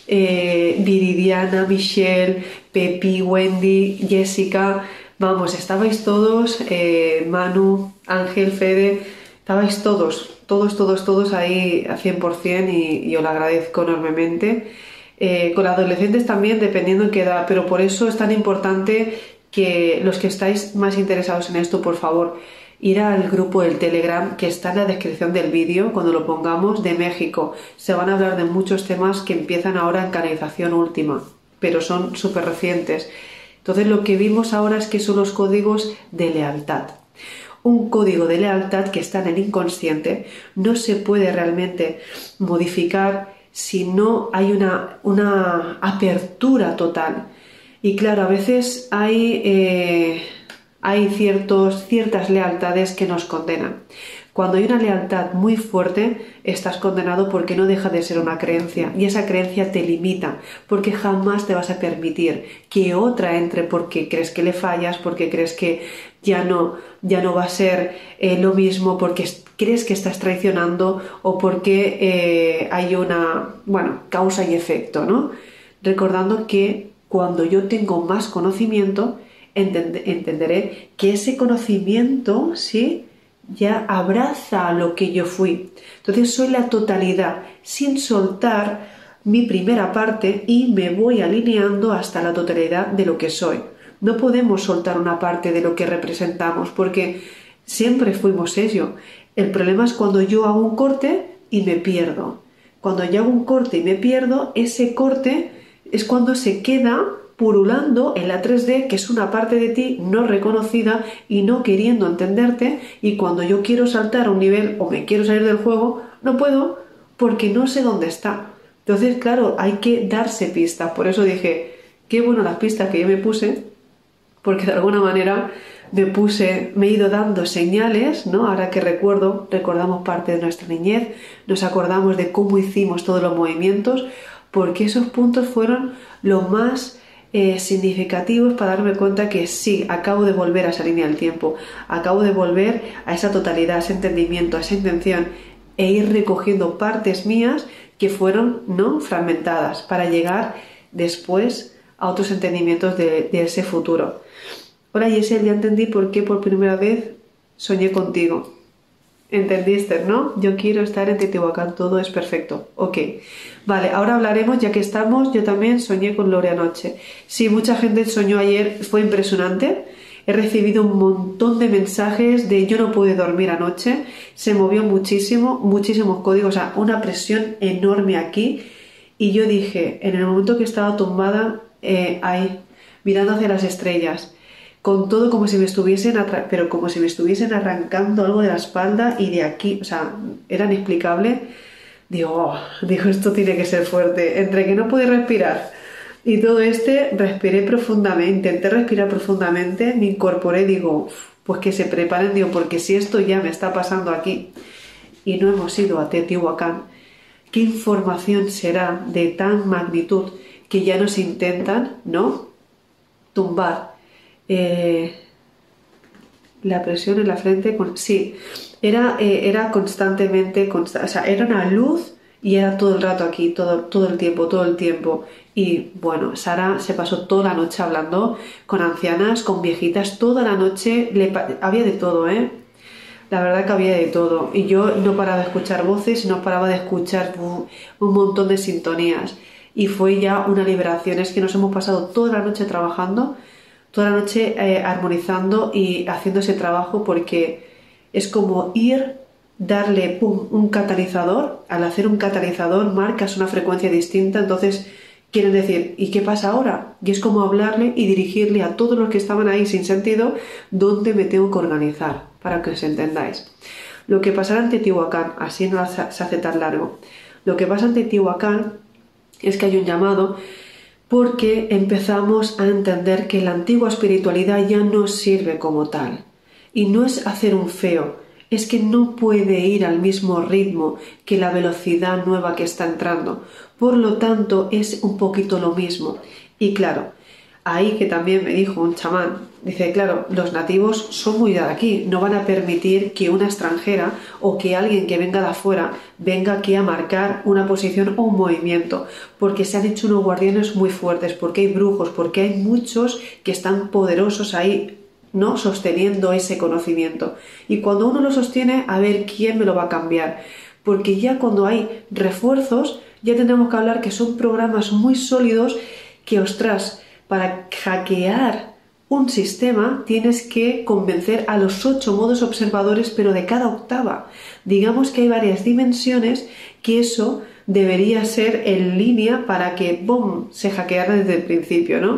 eh, Viridiana, Michelle, Pepi, Wendy, Jessica, vamos, estabais todos, eh, Manu, Ángel, Fede, estabais todos, todos, todos, todos ahí a cien por cien y, y os lo agradezco enormemente. Eh, con adolescentes también, dependiendo en qué edad, pero por eso es tan importante que los que estáis más interesados en esto, por favor, ir al grupo del Telegram que está en la descripción del vídeo cuando lo pongamos de México. Se van a hablar de muchos temas que empiezan ahora en canalización última, pero son súper recientes. Entonces lo que vimos ahora es que son los códigos de lealtad. Un código de lealtad que está en el inconsciente no se puede realmente modificar si no hay una, una apertura total. Y claro, a veces hay, eh, hay ciertos, ciertas lealtades que nos condenan. Cuando hay una lealtad muy fuerte, estás condenado porque no deja de ser una creencia y esa creencia te limita, porque jamás te vas a permitir que otra entre porque crees que le fallas, porque crees que ya no, ya no va a ser eh, lo mismo, porque crees que estás traicionando o porque eh, hay una, bueno, causa y efecto, ¿no? Recordando que cuando yo tengo más conocimiento, entend- entenderé que ese conocimiento, ¿sí?, ya abraza lo que yo fui. Entonces soy la totalidad sin soltar mi primera parte y me voy alineando hasta la totalidad de lo que soy. No podemos soltar una parte de lo que representamos porque siempre fuimos ello. El problema es cuando yo hago un corte y me pierdo. Cuando yo hago un corte y me pierdo, ese corte es cuando se queda purulando en la tres D, que es una parte de ti no reconocida y no queriendo entenderte, y cuando yo quiero saltar a un nivel o me quiero salir del juego, no puedo porque no sé dónde está. Entonces, claro, hay que darse pistas. Por eso dije, qué bueno las pistas que yo me puse, porque de alguna manera me puse, me he ido dando señales, ¿no? Ahora que recuerdo, recordamos parte de nuestra niñez, nos acordamos de cómo hicimos todos los movimientos, porque esos puntos fueron lo más Eh, significativos para darme cuenta que sí, acabo de volver a esa línea del tiempo, acabo de volver a esa totalidad, a ese entendimiento, a esa intención e ir recogiendo partes mías que fueron no fragmentadas para llegar después a otros entendimientos de, de ese futuro. Hola Yesel, ya entendí por qué por primera vez soñé contigo. ¿Entendiste, no? Yo quiero estar en Teotihuacán, todo es perfecto. Ok. Vale, ahora hablaremos, ya que estamos, yo también soñé con Lore anoche. Sí, mucha gente soñó ayer, fue impresionante. He recibido un montón de mensajes de yo no pude dormir anoche. Se movió muchísimo, muchísimos códigos, o sea, una presión enorme aquí. Y yo dije, en el momento que estaba tumbada eh, ahí, mirando hacia las estrellas, con todo como si me estuviesen, atra- pero como si me estuviesen arrancando algo de la espalda y de aquí, o sea, era inexplicable. Digo, oh, digo, esto tiene que ser fuerte. Entre que no pude respirar y todo este, respiré profundamente, intenté respirar profundamente, me incorporé, digo, pues que se preparen, digo, porque si esto ya me está pasando aquí y no hemos ido a Teotihuacán, ¿qué información será de tan magnitud que ya nos intentan, ¿no?, tumbar? Eh, la presión en la frente, con, sí, era, eh, era constantemente, consta, o sea, era una luz y era todo el rato aquí, todo, todo el tiempo, todo el tiempo. Y bueno, Sara se pasó toda la noche hablando con ancianas, con viejitas, toda la noche, le, había de todo, ¿eh? La verdad que había de todo. Y yo no paraba de escuchar voces, no paraba de escuchar uh, un montón de sintonías. Y fue ya una liberación, es que nos hemos pasado toda la noche trabajando, toda la noche eh, armonizando y haciendo ese trabajo, porque es como ir, darle pum, un catalizador. Al hacer un catalizador marcas una frecuencia distinta, entonces quieren decir, ¿y qué pasa ahora? Y es como hablarle y dirigirle a todos los que estaban ahí sin sentido dónde me tengo que organizar, para que os entendáis. Lo que pasará en Teotihuacán, así no se hace tan largo, lo que pasa en Teotihuacán es que hay un llamado, porque empezamos a entender que la antigua espiritualidad ya no sirve como tal. Y no es hacer un feo, es que no puede ir al mismo ritmo que la velocidad nueva que está entrando. Por lo tanto, es un poquito lo mismo. Y claro, ahí que también me dijo un chamán, dice, claro, los nativos son muy de aquí, no van a permitir que una extranjera o que alguien que venga de afuera venga aquí a marcar una posición o un movimiento, porque se han hecho unos guardianes muy fuertes, porque hay brujos, porque hay muchos que están poderosos ahí, ¿no?, sosteniendo ese conocimiento. Y cuando uno lo sostiene, a ver quién me lo va a cambiar, porque ya cuando hay refuerzos, ya tenemos que hablar que son programas muy sólidos que, ostras, para hackear un sistema tienes que convencer a los ocho modos observadores, pero de cada octava. Digamos que hay varias dimensiones que eso debería ser en línea para que ¡bum!, se hackeara desde el principio, ¿no?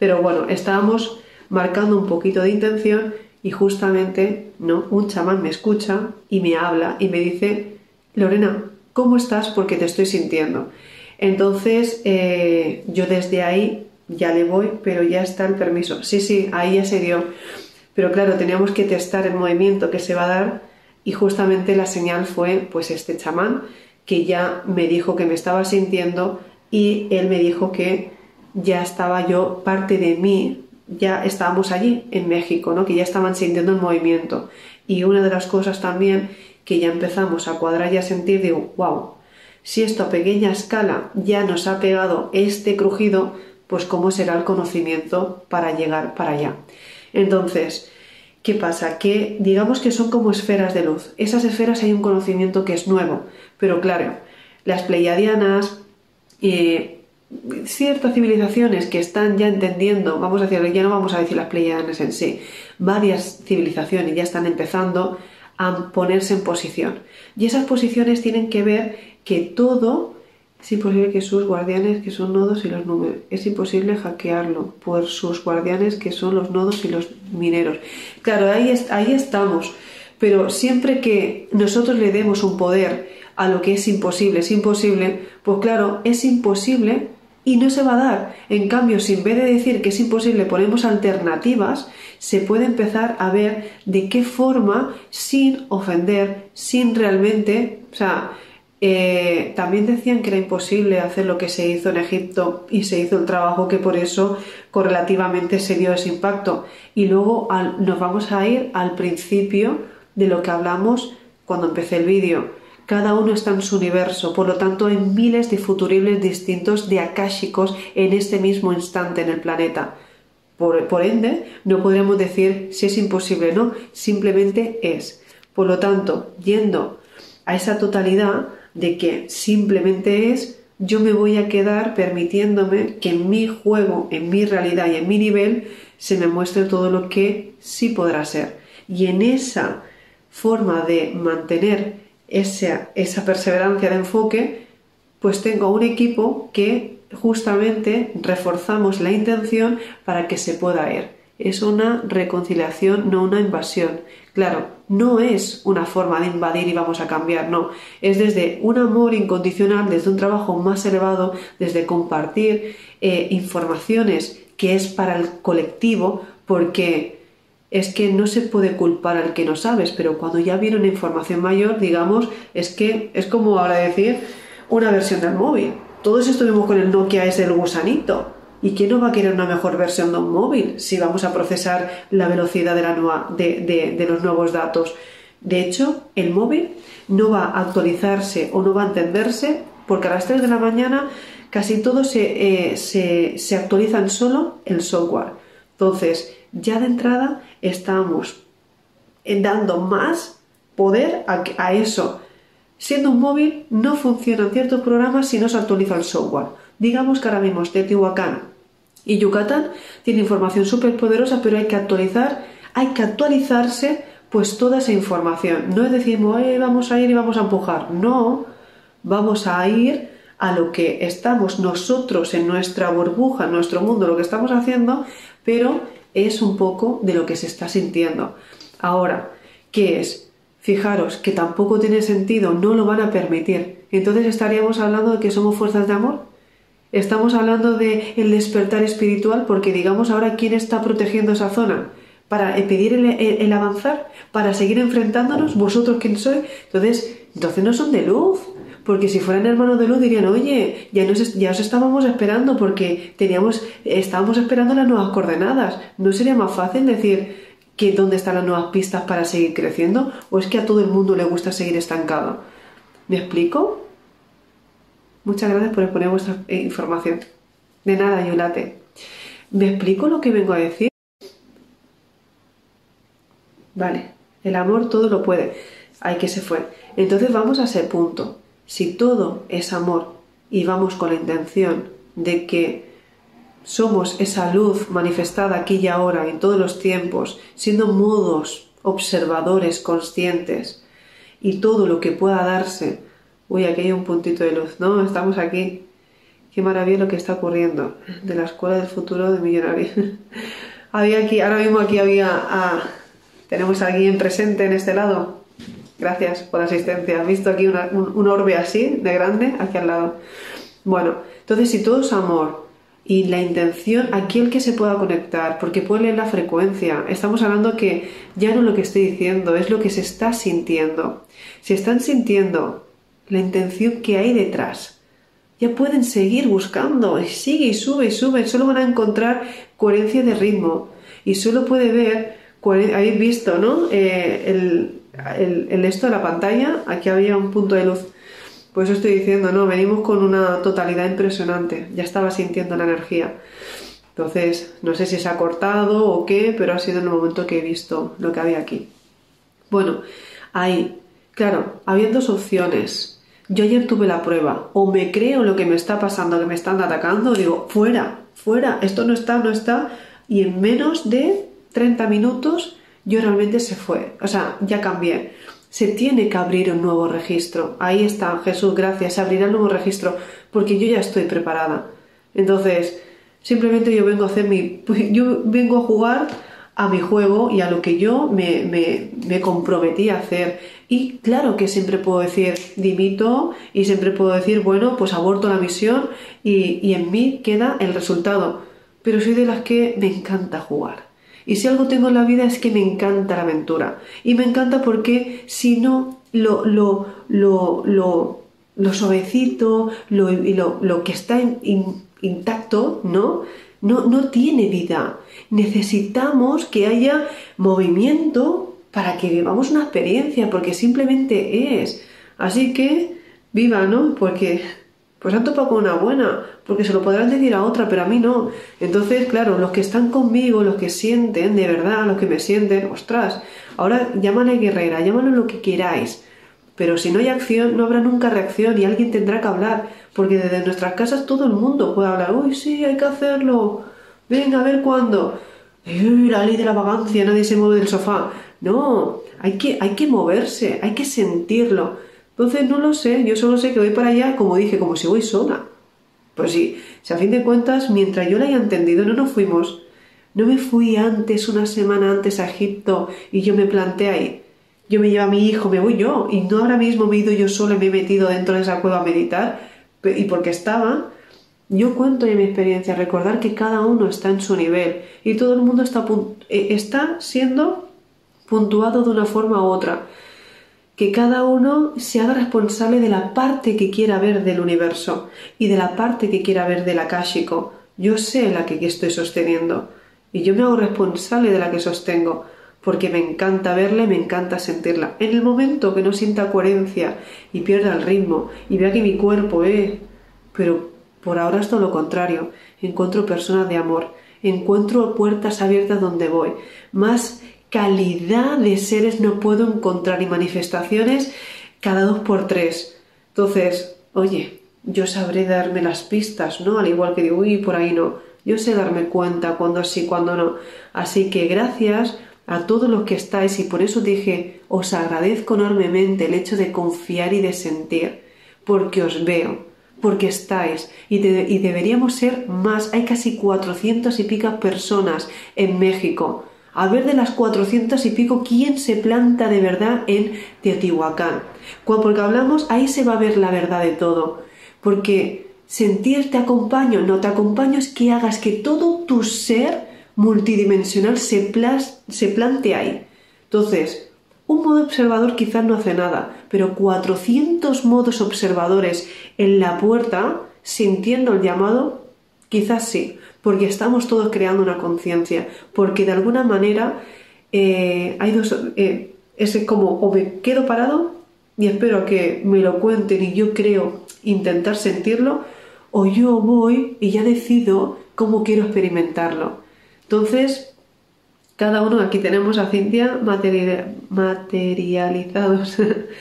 Pero bueno, estábamos marcando un poquito de intención y justamente, ¿no?, un chamán me escucha y me habla y me dice: Lorena, ¿cómo estás? Porque te estoy sintiendo. Entonces, eh, yo desde ahí ya le voy, pero ya está el permiso. Sí, sí, ahí ya se dio. Pero claro, teníamos que testar el movimiento que se va a dar y justamente la señal fue pues este chamán que ya me dijo que me estaba sintiendo y él me dijo que ya estaba yo, parte de mí, ya estábamos allí en México, ¿no?, que ya estaban sintiendo el movimiento. Y una de las cosas también que ya empezamos a cuadrar y a sentir, digo, wow, si esto a pequeña escala ya nos ha pegado este crujido, pues cómo será el conocimiento para llegar para allá. Entonces, ¿qué pasa? Que digamos que son como esferas de luz. Esas esferas hay un conocimiento que es nuevo, pero claro, las pleiadianas, eh, ciertas civilizaciones que están ya entendiendo, vamos a decir, ya no vamos a decir las pleiadianas en sí, varias civilizaciones ya están empezando a ponerse en posición. Y esas posiciones tienen que ver que todo, es imposible que sus guardianes, que son nodos y los números, es imposible hackearlo por sus guardianes, que son los nodos y los mineros. Claro, ahí, es, ahí estamos, pero siempre que nosotros le demos un poder a lo que es imposible, es imposible, pues claro, es imposible y no se va a dar. En cambio, si en vez de decir que es imposible ponemos alternativas, se puede empezar a ver de qué forma, sin ofender, sin realmente, o sea, eh, también decían que era imposible hacer lo que se hizo en Egipto y se hizo el trabajo, que por eso correlativamente se dio ese impacto. Y luego al, nos vamos a ir al principio de lo que hablamos cuando empecé el vídeo. Cada uno está en su universo, por lo tanto hay miles de futuribles distintos de akáshicos en este mismo instante en el planeta. Por, por ende, no podríamos decir si es imposible o no, simplemente es. Por lo tanto, yendo a esa totalidad de que simplemente es, yo me voy a quedar permitiéndome que en mi juego, en mi realidad y en mi nivel se me muestre todo lo que sí podrá ser. Y en esa forma de mantener esa, esa perseverancia de enfoque, pues tengo un equipo que justamente reforzamos la intención para que se pueda ir. Es una reconciliación, no una invasión. Claro, no es una forma de invadir y vamos a cambiar, no. Es desde un amor incondicional, desde un trabajo más elevado, desde compartir eh, informaciones que es para el colectivo, porque es que no se puede culpar al que no sabes, pero cuando ya viene una información mayor, digamos, es que es como ahora decir una versión del móvil. Todos estuvimos con el Nokia ese del gusanito. ¿Y quién no va a querer una mejor versión de un móvil si vamos a procesar la velocidad de, la nueva, de, de, de los nuevos datos? De hecho, el móvil no va a actualizarse o no va a entenderse porque a las tres de la mañana casi todo se, eh, se, se actualizan solo el software. Entonces, ya de entrada estamos dando más poder a, a eso. Siendo un móvil, no funcionan ciertos programas si no se actualiza el software. Digamos que ahora mismo Teotihuacán y Yucatán tiene información súper poderosa, pero hay que actualizar, hay que actualizarse pues toda esa información. No es decir, eh, vamos a ir y vamos a empujar. No, vamos a ir a lo que estamos nosotros en nuestra burbuja, en nuestro mundo, lo que estamos haciendo, pero es un poco de lo que se está sintiendo. Ahora, ¿qué es? Fijaros que tampoco tiene sentido, no lo van a permitir. Entonces estaríamos hablando de que somos fuerzas de amor. Estamos hablando de el despertar espiritual, porque digamos ahora quién está protegiendo esa zona para pedir el, el, el avanzar, para seguir enfrentándonos. ¿Vosotros quién sois? Entonces, entonces no son de luz. Porque si fueran hermanos de luz dirían, oye, ya, nos, ya os estábamos esperando porque teníamos, estábamos esperando las nuevas coordenadas. ¿No sería más fácil decir que dónde están las nuevas pistas para seguir creciendo? ¿O es que a todo el mundo le gusta seguir estancado? ¿Me explico? Muchas gracias por exponer vuestra información. De nada, Yolate. ¿Me explico lo que vengo a decir? Vale, el amor todo lo puede. Ay, que se fue. Entonces vamos a ese punto. Si todo es amor y vamos con la intención de que somos esa luz manifestada aquí y ahora, en todos los tiempos, siendo modos observadores conscientes y todo lo que pueda darse. Uy, aquí hay un puntito de luz, ¿no? Estamos aquí. qué maravilla lo que está ocurriendo de la Escuela del Futuro de Millonarios. Había aquí, ahora mismo aquí había, ah, tenemos a alguien presente en este lado. Gracias por la asistencia. ¿Has visto aquí una, un, un orbe así de grande aquí al lado? Bueno, entonces si todo es amor y la intención, aquí el que se pueda conectar, porque puede leer la frecuencia. Estamos hablando que ya no es lo que estoy diciendo, es lo que se está sintiendo. Si están sintiendo la intención que hay detrás, ya pueden seguir buscando, y sigue y sube y sube, solo van a encontrar coherencia de ritmo, y solo puede ver, habéis visto, ¿no? Eh, el, el, el esto de la pantalla, aquí había un punto de luz, por eso estoy diciendo, ¿no? Venimos con una totalidad impresionante, ya estaba sintiendo la energía, entonces no sé si se ha cortado o qué, pero ha sido en el momento que he visto lo que había aquí. Bueno, ahí, claro, había dos opciones. Yo ayer tuve la prueba, o me creo lo que me está pasando, que me están atacando, digo, fuera, fuera, esto no está, no está, y en menos de treinta minutos yo realmente se fue, o sea, ya cambié. Se tiene que abrir un nuevo registro, ahí está, Jesús, gracias, se abrirá el nuevo registro, porque yo ya estoy preparada. Entonces, simplemente yo vengo a hacer mi, yo vengo a jugar a mi juego y a lo que yo me, me, me comprometí a hacer. Y claro que siempre puedo decir dimito y siempre puedo decir, bueno, pues aborto la misión y, y en mí queda el resultado. Pero soy de las que me encanta jugar. Y si algo tengo en la vida es que me encanta la aventura. Y me encanta porque si no, lo, lo, lo, lo, lo suavecito, lo, lo, lo que está in, in, intacto, ¿no? No, no tiene vida. Necesitamos que haya movimiento para que vivamos una experiencia, porque simplemente es. Así que viva, ¿no? Porque pues han topado con una buena, porque se lo podrán decir a otra, pero a mí no. Entonces, claro, los que están conmigo, los que sienten, de verdad, los que me sienten, ostras, ahora llámale guerrera, llámalo lo que queráis. Pero si no hay acción, no habrá nunca reacción y alguien tendrá que hablar, porque desde nuestras casas todo el mundo puede hablar. Uy, sí, hay que hacerlo. Venga, a ver cuándo. Uy, la ley de la vagancia, nadie se mueve del sofá. No, hay que, hay que moverse, hay que sentirlo. Entonces no lo sé, yo solo sé que voy para allá, como dije, como si voy sola. Pues sí, si a fin de cuentas, mientras yo la haya entendido, no nos fuimos. No me fui antes, una semana antes a Egipto y yo me planté ahí. Yo me llevo a mi hijo, me voy yo, y no ahora mismo me he ido yo sola y me he metido dentro de esa cueva a meditar, y porque estaba, yo cuento ya mi experiencia, recordar que cada uno está en su nivel, y todo el mundo está, está siendo puntuado de una forma u otra, que cada uno se haga responsable de la parte que quiera ver del universo, y de la parte que quiera ver del akáshico. Yo sé la que estoy sosteniendo, y yo me hago responsable de la que sostengo, porque me encanta verla y me encanta sentirla. En el momento que no sienta coherencia y pierda el ritmo y vea que mi cuerpo, eh, pero por ahora es todo lo contrario. Encuentro personas de amor, encuentro puertas abiertas donde voy. Más calidad de seres no puedo encontrar y manifestaciones cada dos por tres. Entonces, oye, yo sabré darme las pistas, ¿no? Al igual que digo, uy, por ahí no. Yo sé darme cuenta cuando sí, cuando no. Así que gracias a todos los que estáis, y por eso dije, os agradezco enormemente el hecho de confiar y de sentir, porque os veo, porque estáis, y, de, y deberíamos ser más. Hay casi cuatrocientas y pico personas en México. A ver de las cuatrocientas y pico, ¿quién se planta de verdad en Teotihuacán? Porque hablamos, ahí se va a ver la verdad de todo, porque sentir te acompaño, no te acompaño es que hagas que todo tu ser multidimensional se, plas, se plante ahí. Entonces, un modo observador quizás no hace nada, pero cuatrocientos modos observadores en la puerta, sintiendo el llamado, quizás sí, porque estamos todos creando una conciencia, porque de alguna manera eh, hay dos, eh, es como o me quedo parado y espero a que me lo cuenten y yo creo intentar sentirlo, o yo voy y ya decido cómo quiero experimentarlo. Entonces, cada uno, aquí tenemos a Cintia material, materializados,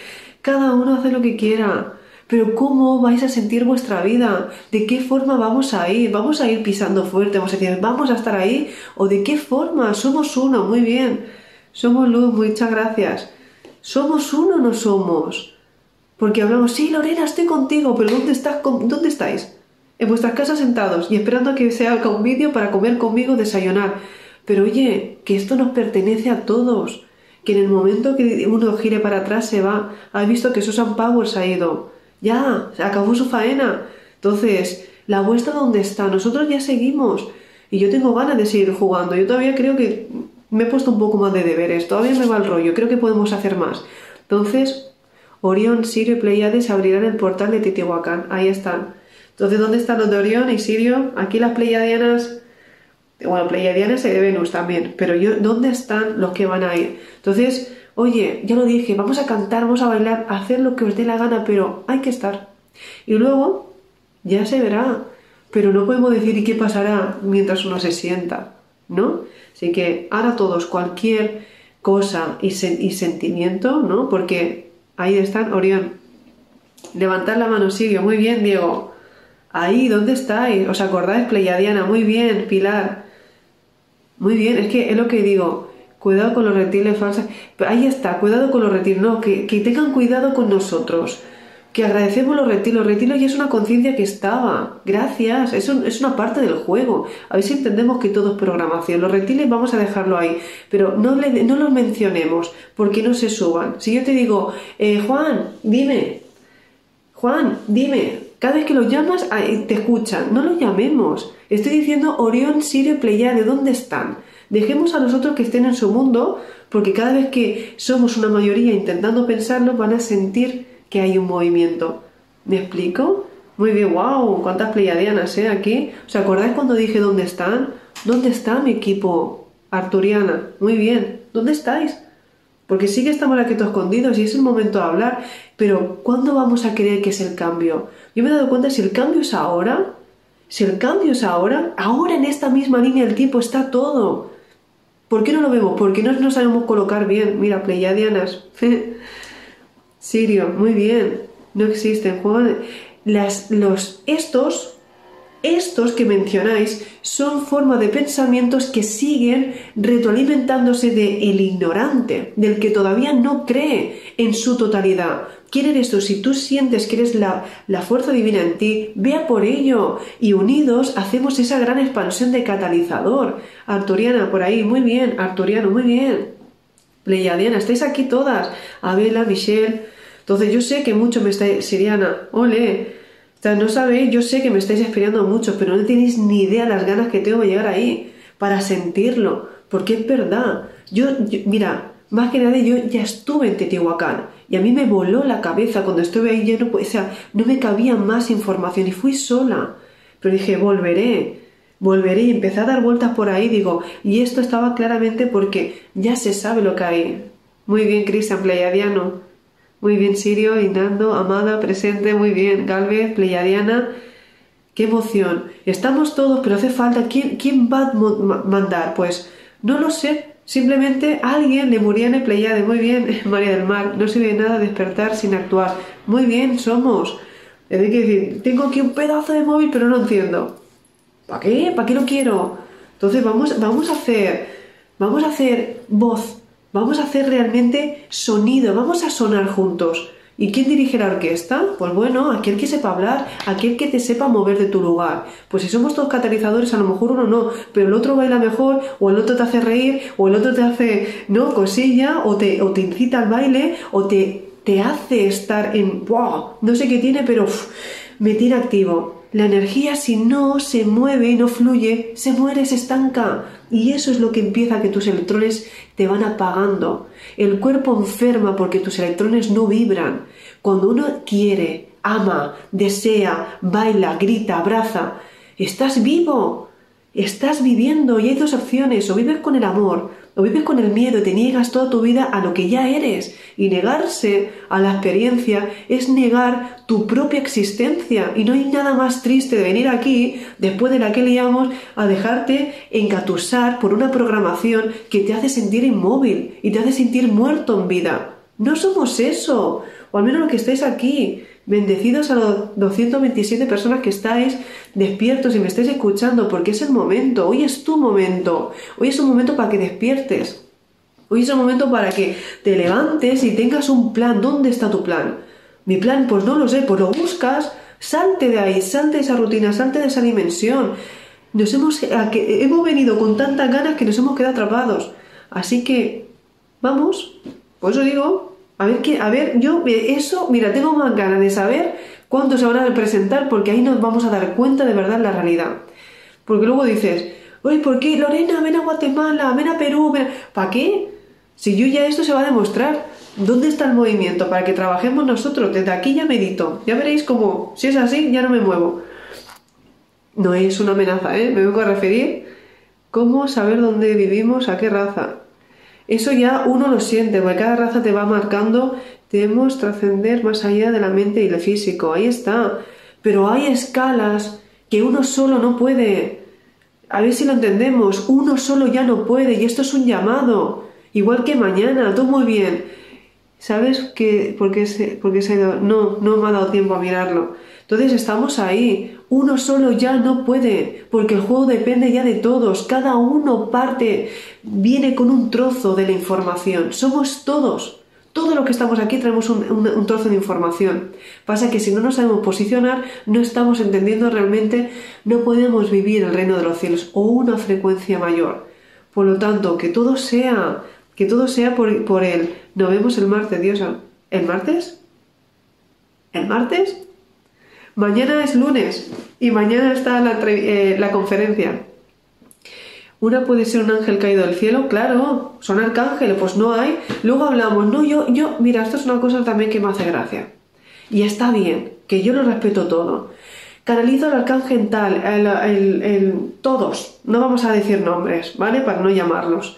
cada uno hace lo que quiera, pero ¿cómo vais a sentir vuestra vida? ¿De qué forma vamos a ir? ¿Vamos a ir pisando fuerte? ¿Vamos a decir, vamos a estar ahí? ¿O de qué forma? Somos uno, muy bien, somos luz, muchas gracias. ¿Somos uno o no somos? Porque hablamos, sí, Lorena, estoy contigo, pero ¿dónde estás? ¿Dónde estáis? en vuestras casas sentados y esperando a que se haga un vídeo para comer conmigo, desayunar. Pero oye, que esto nos pertenece a todos, que en el momento que uno gire para atrás se va. Has visto que Susan Powers ha ido, ya, acabó su faena. Entonces, la vuestra ¿dónde está? Nosotros ya seguimos y yo tengo ganas de seguir jugando. Yo todavía creo que me he puesto un poco más de deberes, todavía me va el rollo, creo que podemos hacer más. Entonces, Orión, Sirio y Pleiades abrirán el portal de Teotihuacán, ahí están. Entonces, ¿dónde están los de Orión y Sirio? Aquí las pleiadianas, bueno, pleiadianas y de Venus también, pero yo, ¿dónde están los que van a ir? Entonces, oye, ya lo dije, vamos a cantar, vamos a bailar, a hacer lo que os dé la gana, pero hay que estar. Y luego, ya se verá, pero no podemos decir ¿y qué pasará mientras uno se sienta? ¿No? Así que ahora todos, cualquier cosa y, sen y sentimiento, ¿no? Porque ahí están, Orión. Levantad la mano, Sirio, muy bien, Diego. Ahí, ¿dónde estáis? ¿Os acordáis, Pleiadiana? Muy bien, Pilar. Muy bien, es que es lo que digo. Cuidado con los reptiles falsos. Ahí está, cuidado con los reptiles. No, que, que tengan cuidado con nosotros. Que agradecemos los reptiles. Los reptiles ya es una conciencia que estaba. Gracias. Eso es una parte del juego. A ver si entendemos que todo es programación. Los reptiles vamos a dejarlo ahí. Pero no, le, no los mencionemos porque no se suban. Si yo te digo, eh, Juan, dime. Juan, dime. Cada vez que los llamas, te escuchan. No los llamemos. Estoy diciendo Orión, Sirio y Pleiades. ¿Dónde están? Dejemos a los otros que estén en su mundo, porque cada vez que somos una mayoría intentando pensarlo, van a sentir que hay un movimiento. ¿Me explico? Muy bien, wow, cuántas pleiadianas, ¿eh? Aquí. ¿Os acordáis cuando dije dónde están? ¿Dónde está mi equipo arturiana? Muy bien. ¿Dónde estáis? Porque sí que estamos aquí todos escondidos y es el momento de hablar, pero ¿cuándo vamos a creer que es el cambio? Yo me he dado cuenta, si el cambio es ahora, si el cambio es ahora, ahora en esta misma línea del tiempo está todo. ¿Por qué no lo vemos? Porque no nos sabemos colocar bien. Mira, pleiadianas. Sirio, muy bien. No existen. Juegan. Las, los, estos, estos que mencionáis son formas de pensamientos que siguen retroalimentándose del ignorante, del que todavía no cree en su totalidad. ¿Quién eres tú? Si tú sientes que eres la, la fuerza divina en ti, vea por ello. Y unidos hacemos esa gran expansión de catalizador. Arturiana, por ahí, muy bien. Arturiano, muy bien. Pleiadiana, estáis aquí todas. Abela, Michelle. Entonces yo sé que mucho me estáis... Siriana, ole. O sea, no sabéis, yo sé que me estáis esperando mucho, pero no tenéis ni idea las ganas que tengo de llegar ahí. Para sentirlo. Porque es verdad. Yo, yo mira... Más que nada, yo ya estuve en Teotihuacán y a mí me voló la cabeza cuando estuve ahí. Yo no, o sea, no me cabía más información y fui sola. Pero dije, volveré, volveré y empecé a dar vueltas por ahí. Digo, y esto estaba claramente porque ya se sabe lo que hay. Muy bien, Cristian, pleiadiano. Muy bien, Sirio, Inando, Amada, presente. Muy bien, Galvez, pleiadiana. ¡Qué emoción! Estamos todos, pero hace falta. ¿Quién, quién va a mandar? Pues no lo sé. Simplemente alguien de Muriane Pleiade. Muy bien, María del Mar. No sirve de nada despertar sin actuar. Muy bien, somos. Es que decir, tengo aquí un pedazo de móvil, pero no entiendo. ¿Para qué? ¿Para qué lo quiero? Entonces vamos, vamos a hacer, vamos a hacer voz. Vamos a hacer realmente sonido. Vamos a sonar juntos. ¿Y quién dirige la orquesta? Pues bueno, aquel que sepa hablar, aquel que te sepa mover de tu lugar. Pues si somos todos catalizadores, a lo mejor uno no, pero el otro baila mejor, o el otro te hace reír, o el otro te hace, no, cosilla, o te, o te incita al baile, o te, te hace estar en, wow, no sé qué tiene, pero uf, me tiene activo. La energía, si no se mueve y no fluye, se muere, se estanca. Y eso es lo que empieza, que tus electrones te van apagando. El cuerpo enferma porque tus electrones no vibran. Cuando uno quiere, ama, desea, baila, grita, abraza, estás vivo, estás viviendo y hay dos opciones. O vives con el amor, o vives con el miedo y te niegas toda tu vida a lo que ya eres. Y negarse a la experiencia es negar tu propia existencia. Y no hay nada más triste de venir aquí, después de la que liamos, a dejarte engatusar por una programación que te hace sentir inmóvil y te hace sentir muerto en vida. No somos eso, o al menos los que estáis aquí. Bendecidos a los doscientas veintisiete personas que estáis despiertos y me estáis escuchando, porque es el momento. Hoy es tu momento. Hoy es un momento para que despiertes. Hoy es un momento para que te levantes y tengas un plan. ¿Dónde está tu plan? Mi plan, pues no lo sé, pues lo buscas. Salte de ahí, salte de esa rutina, salte de esa dimensión. Nos hemos, a que, hemos venido con tantas ganas que nos hemos quedado atrapados. Así que, vamos, por eso digo, a ver, qué, a ver, yo, eso, mira, tengo más ganas de saber cuántos se van a presentar, porque ahí nos vamos a dar cuenta de verdad la realidad. Porque luego dices, oye, ¿por qué? Lorena, ven a Guatemala, ven a Perú, ven... ¿Para qué? Si yo ya esto se va a demostrar. ¿Dónde está el movimiento? Para que trabajemos nosotros. Desde aquí ya medito. Ya veréis cómo, si es así, ya no me muevo. No es una amenaza, ¿eh? Me vengo a referir cómo saber dónde vivimos, a qué raza. Eso ya uno lo siente, porque cada raza te va marcando. Debemos trascender más allá de la mente y el físico. Ahí está. Pero hay escalas que uno solo no puede. A ver si lo entendemos. Uno solo ya no puede. Y esto es un llamado. Igual que mañana. Todo muy bien. ¿Sabes qué? ¿Por qué se, por qué se ha ido? No, no me ha dado tiempo a mirarlo. Entonces estamos ahí. Uno solo ya no puede, porque el juego depende ya de todos. Cada uno parte, viene con un trozo de la información. Somos todos. Todo lo que estamos aquí traemos un, un, un trozo de información. Pasa que si no nos sabemos posicionar, no estamos entendiendo realmente, no podemos vivir el reino de los cielos o una frecuencia mayor. Por lo tanto, que todo sea, que todo sea por, por él. Nos vemos el martes, Diosa. ¿El martes? ¿El martes? Mañana es lunes y mañana está la, eh, la conferencia. ¿Una puede ser un ángel caído del cielo? Claro, son arcángeles, pues no hay. Luego hablamos, no, yo, yo, mira, esto es una cosa también que me hace gracia. Y está bien, que yo lo respeto todo. Canalizo al arcángel tal, el, el, el, todos, no vamos a decir nombres, ¿vale? Para no llamarlos,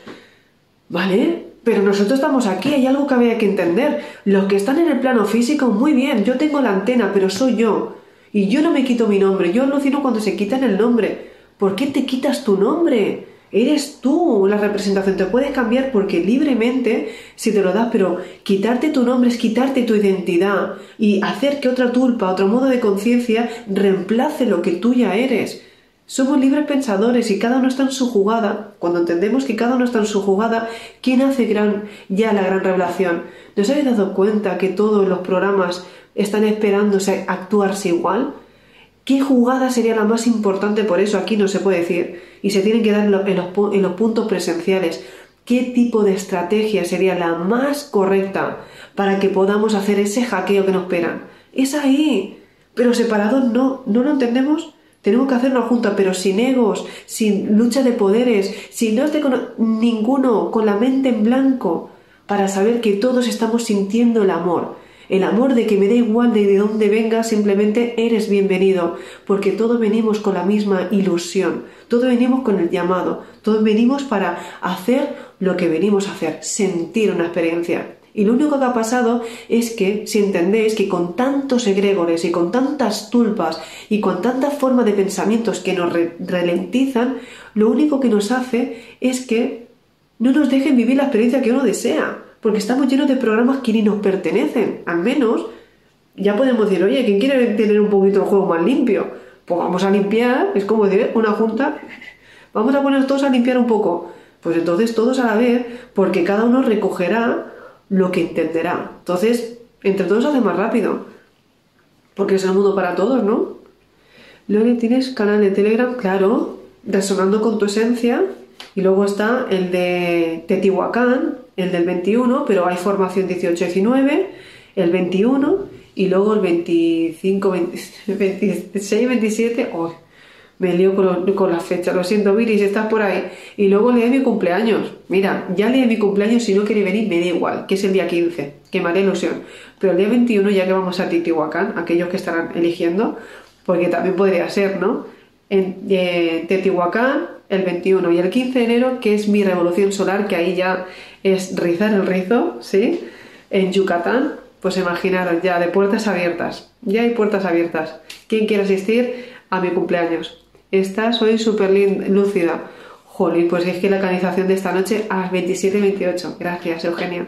¿vale? Pero nosotros estamos aquí, hay algo que había que entender. Los que están en el plano físico, muy bien, yo tengo la antena, pero soy yo. Y yo no me quito mi nombre, yo alucino cuando se quitan el nombre. ¿Por qué te quitas tu nombre? Eres tú la representación, te puedes cambiar porque libremente si te lo das, pero quitarte tu nombre es quitarte tu identidad y hacer que otra tulpa, otro modo de conciencia reemplace lo que tú ya eres. Somos libres pensadores y cada uno está en su jugada. Cuando entendemos que cada uno está en su jugada, ¿quién hace gran, ya la gran revelación? ¿No os habéis dado cuenta que todos los programas están esperándose a actuarse igual? ¿Qué jugada sería la más importante? Por eso aquí no se puede decir. Y se tienen que dar en los, en los, en los puntos presenciales. ¿Qué tipo de estrategia sería la más correcta para que podamos hacer ese hackeo que nos esperan? Es ahí. Pero separados no, ¿no lo entendemos? Tenemos que hacer una junta, pero sin egos, sin lucha de poderes, sin no estar con ninguno, con la mente en blanco, para saber que todos estamos sintiendo el amor. El amor de que me da igual de, de dónde vengas, simplemente eres bienvenido, porque todos venimos con la misma ilusión, todos venimos con el llamado, todos venimos para hacer lo que venimos a hacer, sentir una experiencia. Y lo único que ha pasado es que, si entendéis que con tantos egregores y con tantas tulpas y con tantas formas de pensamientos que nos re- ralentizan, lo único que nos hace es que no nos dejen vivir la experiencia que uno desea. Porque estamos llenos de programas que ni nos pertenecen. Al menos ya podemos decir, oye, ¿quién quiere tener un poquito el juego más limpio? Pues vamos a limpiar, es como decir, una junta, vamos a poner todos a limpiar un poco. Pues entonces todos a la vez, porque cada uno recogerá lo que entenderá. Entonces, entre todos hace más rápido. Porque es el mundo para todos, ¿no? Lore, ¿tienes canal de Telegram? Claro, Resonando con tu Esencia. Y luego está el de Teotihuacán, el del veintiuno, pero hay formación dieciocho diecinueve, el veintiuno y luego el veinticinco, veintiséis, veintisiete. Oh, me lío con, con las fechas, lo siento, Viri, si estás por ahí. Y luego leí mi cumpleaños. Mira, ya leí mi cumpleaños, si no quiere venir, me da igual, que es el día quince, que me haré ilusión. Pero el día veintiuno, ya que vamos a Teotihuacán, aquellos que estarán eligiendo, porque también podría ser, ¿no? En eh, Teotihuacán, el veintiuno, y el quince de enero, que es mi revolución solar, que ahí ya es rizar el rizo, ¿sí? En Yucatán, pues imaginaros, ya de puertas abiertas, ya hay puertas abiertas. ¿Quién quiere asistir a mi cumpleaños? Esta soy súper lúcida. Jolín, pues es que la canalización de esta noche a las veintisiete y veintiocho. Gracias, Eugenia.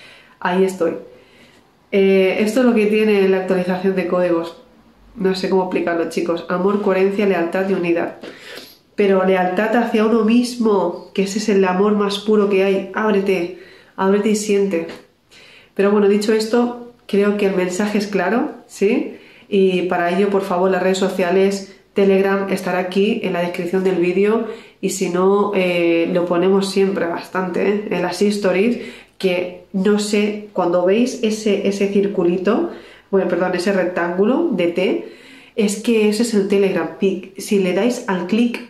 Ahí estoy. Eh, esto es lo que tiene la actualización de códigos. No sé cómo explicarlo, chicos. Amor, coherencia, lealtad y unidad. Pero lealtad hacia uno mismo, que ese es el amor más puro que hay. Ábrete, ábrete y siente. Pero bueno, dicho esto, creo que el mensaje es claro, ¿sí? Y para ello, por favor, las redes sociales, Telegram estará aquí en la descripción del vídeo, y si no, eh, lo ponemos siempre bastante, ¿eh? En las stories, que no sé, cuando veis ese, ese circulito, bueno, perdón, ese rectángulo de T, es que ese es el Telegram. Si le dais al clic,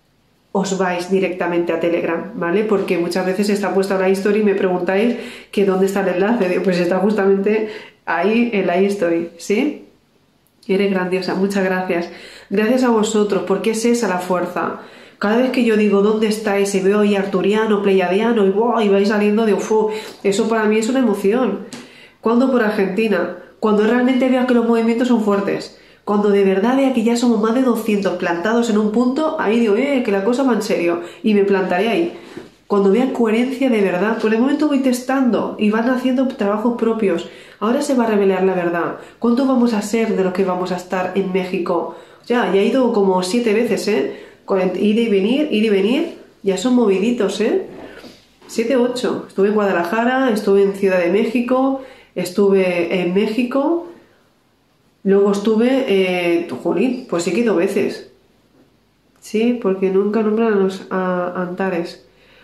os vais directamente a Telegram, ¿vale? Porque muchas veces está puesta la history y me preguntáis que dónde está el enlace. Pues está justamente ahí en la history, ¿sí? Eres grandiosa, muchas gracias. Gracias a vosotros, porque es esa la fuerza. Cada vez que yo digo dónde estáis y veo ahí arturiano, pleiadiano y, wow, y vais saliendo de ufo, eso para mí es una emoción. ¿Cuándo por Argentina? Cuando realmente vea que los movimientos son fuertes. Cuando de verdad vea que ya somos más de doscientos plantados en un punto, ahí digo, eh, que la cosa va en serio, y me plantaré ahí. Cuando vea coherencia de verdad, por el momento voy testando y van haciendo trabajos propios. Ahora se va a revelar la verdad. ¿Cuánto vamos a ser de los que vamos a estar en México? Ya, ya he ido como siete veces, ¿eh? Con ir y venir, ir y venir, ya son moviditos, ¿eh? Siete, ocho. Estuve en Guadalajara, estuve en Ciudad de México, estuve en México... Luego estuve, eh, jolín, pues sí que he ido veces. Sí, porque nunca nombran a los a, Antares.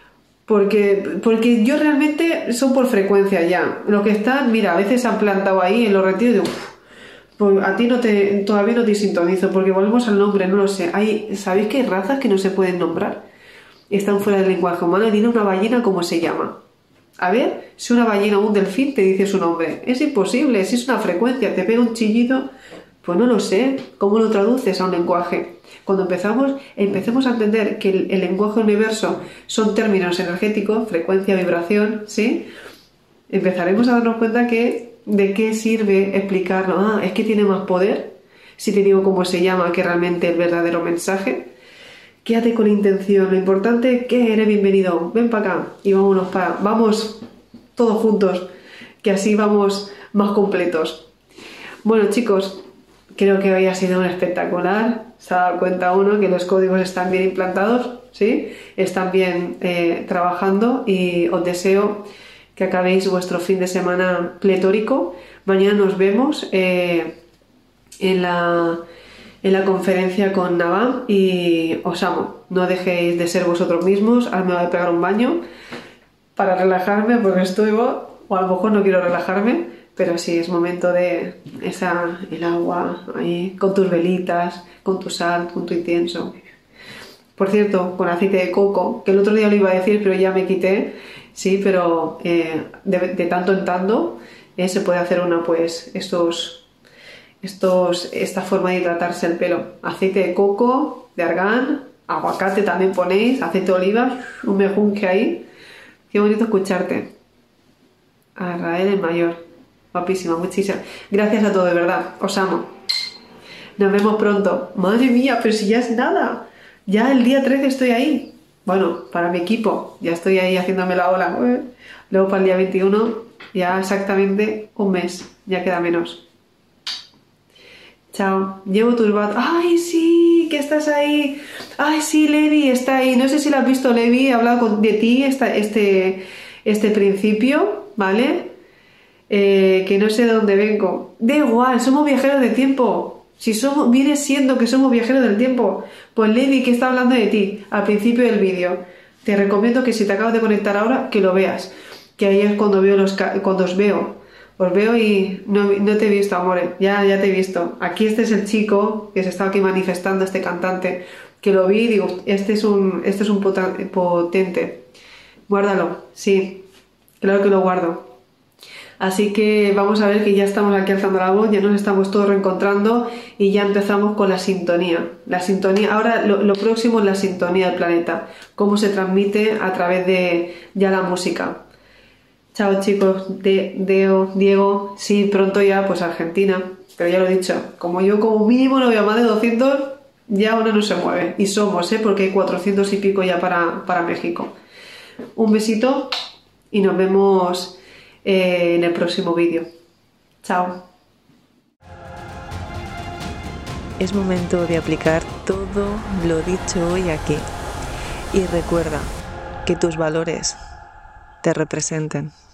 Porque, porque yo realmente son por frecuencia ya. Lo que están, mira, a veces se han plantado ahí en los retiros y digo, uff, pues a ti no te, todavía no te sintonizo, porque volvemos al nombre, no lo sé. Hay, ¿sabéis que hay razas que no se pueden nombrar? Están fuera del lenguaje humano. Dile una ballena cómo se llama. A ver, si una ballena o un delfín te dice su nombre. Es imposible, si es una frecuencia, te pega un chillido, pues no lo sé. ¿Cómo lo traduces a un lenguaje? Cuando empezamos, empecemos a entender que el, el lenguaje universo son términos energéticos, frecuencia, vibración, ¿sí? Empezaremos a darnos cuenta que de qué sirve explicarlo. Ah, es que tiene más poder, si te digo cómo se llama, que realmente el verdadero mensaje. Quédate con intención, lo importante es que eres bienvenido, ven para acá y vámonos para, vamos todos juntos, que así vamos más completos. Bueno, chicos, creo que hoy ha sido un espectacular. Se ha dado cuenta uno que los códigos están bien implantados, ¿sí? Están bien eh, trabajando, y os deseo que acabéis vuestro fin de semana pletórico. Mañana nos vemos eh, en la... en la conferencia con Navam, y os amo. No dejéis de ser vosotros mismos. Ahora me voy a pegar un baño para relajarme, porque estoy, o a lo mejor no quiero relajarme, pero sí es momento de esa, el agua ahí, con tus velitas, con tu sal, con tu incienso. Por cierto, con aceite de coco, que el otro día lo iba a decir, pero ya me quité, sí, pero eh, de, de tanto en tanto eh, se puede hacer una, pues, estos... Estos, esta forma de hidratarse el pelo. Aceite de coco, de argán, aguacate también ponéis, aceite de oliva, un mejunje ahí. Qué bonito escucharte. A Rael el mayor. Guapísima, muchísimas. Gracias a todos, de verdad. Os amo. Nos vemos pronto. Madre mía, pero si ya es nada. Ya el día trece estoy ahí. Bueno, para mi equipo. Ya estoy ahí haciéndome la ola. Luego para el día veintiuno, ya exactamente un mes. Ya queda menos. Chao, llevo turbado. ¡Ay, sí! Que estás ahí. ¡Ay, sí, Levi está ahí! No sé si lo has visto, Levi. He hablado con, de ti esta, este, este principio, ¿vale? Eh, que no sé de dónde vengo. Da igual, somos viajeros de tiempo. Si somos, viene siendo que somos viajeros del tiempo. Pues Levi, que está hablando de ti al principio del vídeo. Te recomiendo que si te acabas de conectar ahora, que lo veas. Que ahí es cuando, veo los, cuando os veo. Os veo y no, no te he visto, amores, ya, ya te he visto. Aquí este es el chico que se está aquí manifestando, este cantante, que lo vi y digo, este es un, este es un potente. Guárdalo, sí, claro que lo guardo. Así que vamos a ver que ya estamos aquí alzando la voz, ya nos estamos todos reencontrando y ya empezamos con la sintonía. La sintonía, ahora lo, lo próximo es la sintonía del planeta, cómo se transmite a través de ya la música. Chao chicos, de, Deo, Diego, sí, pronto ya pues Argentina, pero ya lo he dicho, como yo como mínimo no veo más de doscientos, ya uno no se mueve, y somos, ¿eh? Porque hay cuatrocientos y pico ya para, para México. Un besito y nos vemos eh, en el próximo vídeo. Chao. Es momento de aplicar todo lo dicho hoy aquí, y recuerda que tus valores te representen.